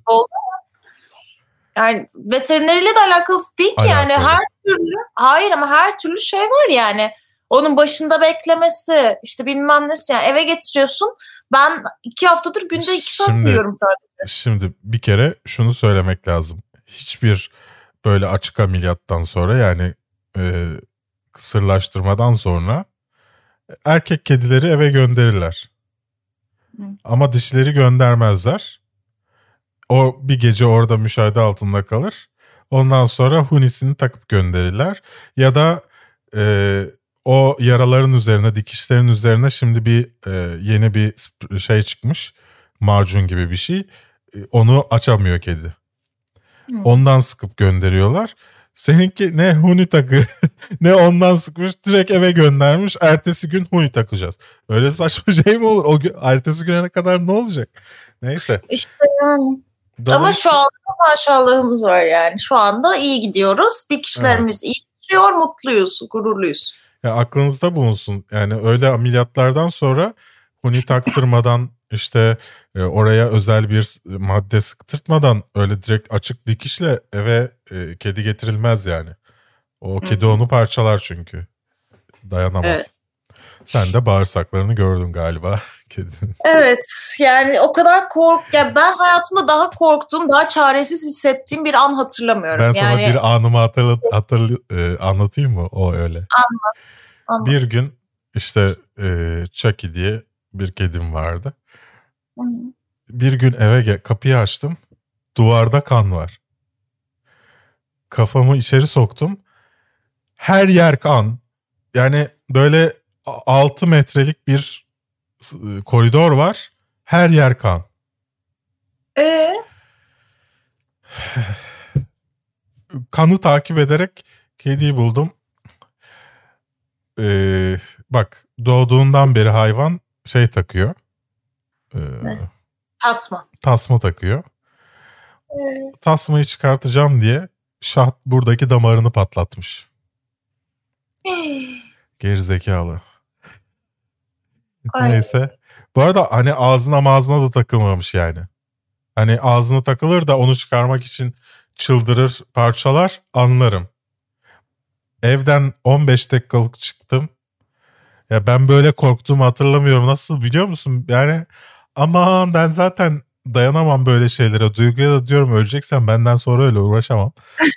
Yani veterineriyle de alakalı değil ki alakalı. Yani her türlü, hayır ama her türlü şey var yani. Onun başında beklemesi, işte bilmem nesi yani eve getiriyorsun. Ben iki haftadır günde iki saat uyuyorum sadece. Şimdi bir kere şunu söylemek lazım. Hiçbir böyle açık ameliyattan sonra yani e, kısırlaştırmadan sonra erkek kedileri eve gönderirler. Hı. Ama dişileri göndermezler. O bir gece orada müşahede altında kalır. Ondan sonra hunisini takıp gönderirler. Ya da e, o yaraların üzerine, dikişlerin üzerine şimdi bir e, yeni bir şey çıkmış. Macun gibi bir şey. E, onu açamıyor kedi. Hmm. Ondan sıkıp gönderiyorlar. Seninki ne huni takı ne ondan sıkmış, direkt eve göndermiş. Ertesi gün huni takacağız. Öyle saçma şey mi olur? O gün, ertesi güne kadar ne olacak? Neyse. İşte yani. Ama şu anda maşallahımız var yani. Şu anda iyi gidiyoruz. Dikişlerimiz evet. iyi gidiyor. Mutluyuz, gururluyuz. Ya aklınızda bulunsun. Yani öyle ameliyatlardan sonra huni taktırmadan işte e, oraya özel bir madde sıktırtmadan öyle direkt açık dikişle eve e, kedi getirilmez yani. O kedi Hı-hı. onu parçalar çünkü. Dayanamaz. Evet. Sen de bağırsaklarını gördün galiba kedinin. Evet yani o kadar kork... Yani ben hayatımda daha korktuğum, daha çaresiz hissettiğim bir an hatırlamıyorum. Ben yani... sana bir anımı hatırla, hatırla, e, anlatayım mı? O öyle. Anlat. Anlat. Bir gün işte e, Chucky diye bir kedim vardı. Hı. Bir gün eve gel- kapıyı açtım. Duvarda kan var. Kafamı içeri soktum. Her yer kan. Yani böyle altı metrelik bir koridor var. Her yer kan. Ee? Kanı takip ederek kediyi buldum. Ee, bak doğduğundan beri hayvan şey takıyor. Ee, ne? Tasma. Tasma takıyor. Ee? Tasmayı çıkartacağım diye şah buradaki damarını patlatmış. Gerizekalı. Neyse. Bu arada hani ağzına mağazına da takılmamış yani. Hani ağzına takılır da onu çıkarmak için çıldırır, parçalar, anlarım. Evden on beş dakikalık çıktım. Ya ben böyle korktuğumu hatırlamıyorum. Nasıl biliyor musun? Yani aman ben zaten dayanamam böyle şeylere. Duyguya da diyorum öleceksen benden sonra öyle uğraşamam.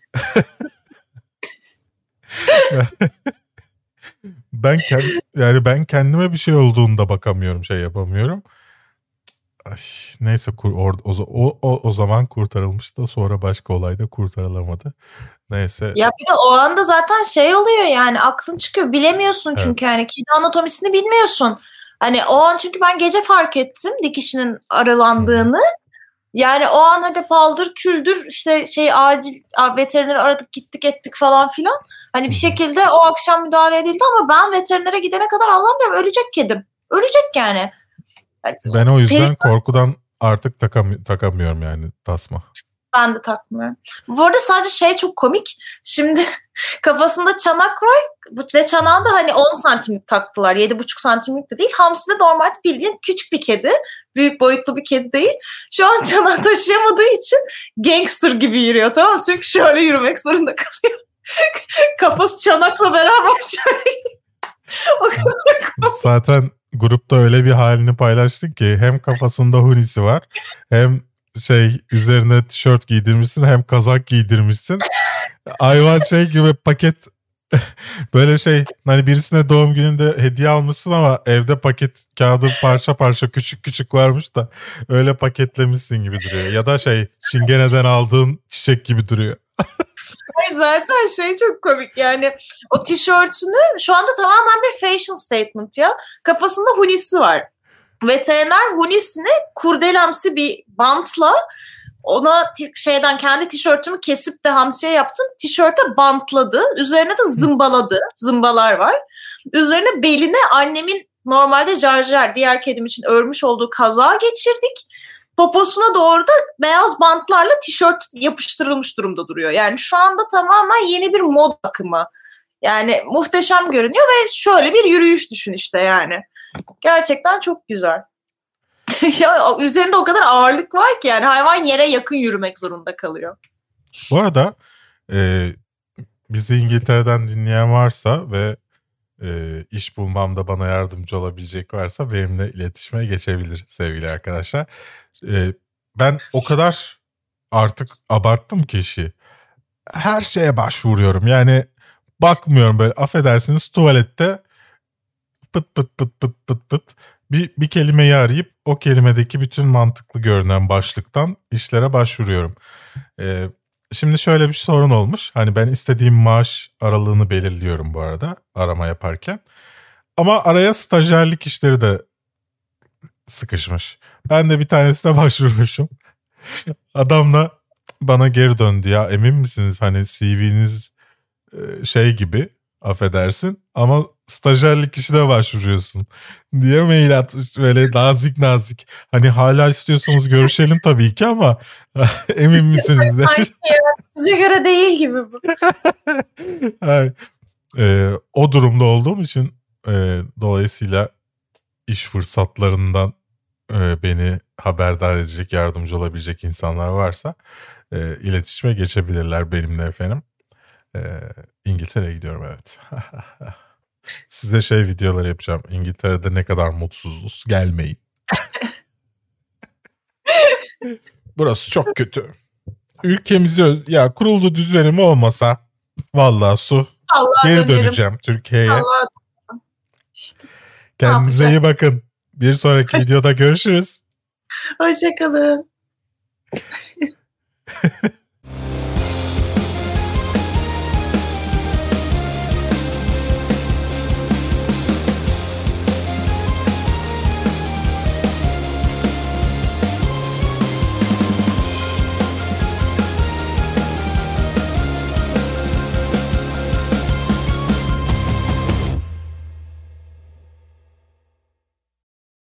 ben kend, yani ben kendime bir şey olduğunda bakamıyorum, şey yapamıyorum. Ay, neyse or, o, o, o zaman kurtarılmış da sonra başka olayda kurtarılamadı. Neyse. Ya bir de o anda zaten şey oluyor yani aklın çıkıyor, bilemiyorsun çünkü evet. Yani kedi anatomisini bilmiyorsun. Hani o an çünkü ben gece fark ettim dikişinin aralandığını. Hı. Yani o an hadi paldır küldür işte şey acil veterineri aradık gittik ettik falan filan. Hani bir şekilde o akşam müdahale edildi ama ben veterinere gidene kadar anlamıyorum, ölecek kedim. Ölecek yani. Ben o yüzden Peri... korkudan artık takam- takamıyorum yani tasma. Ben de takmıyorum. Bu arada sadece şey çok komik. Şimdi kafasında çanak var ve çanağı da hani on santimlik taktılar. yedi buçuk santimlik de değil. Hamsi de normalde bildiğin küçük bir kedi. Büyük boyutlu bir kedi değil. Şu an çanağı taşıyamadığı için gangster gibi yürüyor, tamam mı? Sürekli şöyle yürümek zorunda kalıyor. Kafası çanakla beraber şöyle. O kadar komik. Zaten grupta öyle bir halini paylaştın ki hem kafasında hunisi var hem şey üzerine tişört giydirmişsin hem kazak giydirmişsin. Hayvan şey gibi paket böyle şey hani birisine doğum gününde hediye almışsın ama evde paket kağıdı parça parça küçük küçük varmış da öyle paketlemişsin gibi duruyor. Ya da şey Çingene'den aldığın çiçek gibi duruyor. Ay zaten şey çok komik yani o tişörtünü şu anda tamamen bir fashion statement ya. Kafasında hunisi var. Veteriner hunisini kurdelemsi bir bantla ona t- şeyden kendi tişörtümü kesip de hamsiye yaptım. Tişörte bantladı. Üzerine de zımbaladı. Zımbalar var. Üzerine beline annemin normalde jarjar diğer kedim için örmüş olduğu kazağı geçirdik. Poposuna doğru da beyaz bantlarla tişört yapıştırılmış durumda duruyor. Yani şu anda tamamen yeni bir mod akımı. Yani muhteşem görünüyor ve şöyle bir yürüyüş düşün işte yani. Gerçekten çok güzel. Ya üzerinde o kadar ağırlık var ki yani hayvan yere yakın yürümek zorunda kalıyor. Bu arada e, bizi İngiltere'den dinleyen varsa ve e, iş bulmamda bana yardımcı olabilecek varsa benimle iletişime geçebilir sevgili arkadaşlar. E, ben o kadar artık abarttım ki işi. Her şeye başvuruyorum. Yani bakmıyorum böyle affedersiniz tuvalette pıt pıt pıt pıt pıt pıt bir, bir kelimeyi arayıp o kelimedeki bütün mantıklı görünen başlıktan işlere başvuruyorum. Ee, şimdi şöyle bir sorun olmuş. Hani ben istediğim maaş aralığını belirliyorum bu arada arama yaparken. Ama araya stajyerlik işleri de sıkışmış. Ben de bir tanesine başvurmuşum. Adamla bana geri döndü ya emin misiniz hani C V'niz şey gibi affedersin ama stajyerlik işine başvuruyorsun diye mail atmış böyle nazik nazik. Hani hala istiyorsanız görüşelim tabii ki ama emin misiniz demiş. Size göre değil gibi bu. Yani, e, o durumda olduğum için e, dolayısıyla iş fırsatlarından e, beni haberdar edecek, yardımcı olabilecek insanlar varsa e, iletişime geçebilirler benimle efendim. Ee, İngiltere'ye gidiyorum evet. Size şey videolar yapacağım. İngiltere'de ne kadar mutsuzuz. Gelmeyin. Burası çok kötü. Ülkemizi ya kuruldu düzenimi olmasa vallahi su Allah geri dönerim. döneceğim Türkiye'ye. Allah işte. Kendinize iyi bakın. Bir sonraki videoda görüşürüz. Hoşçakalın.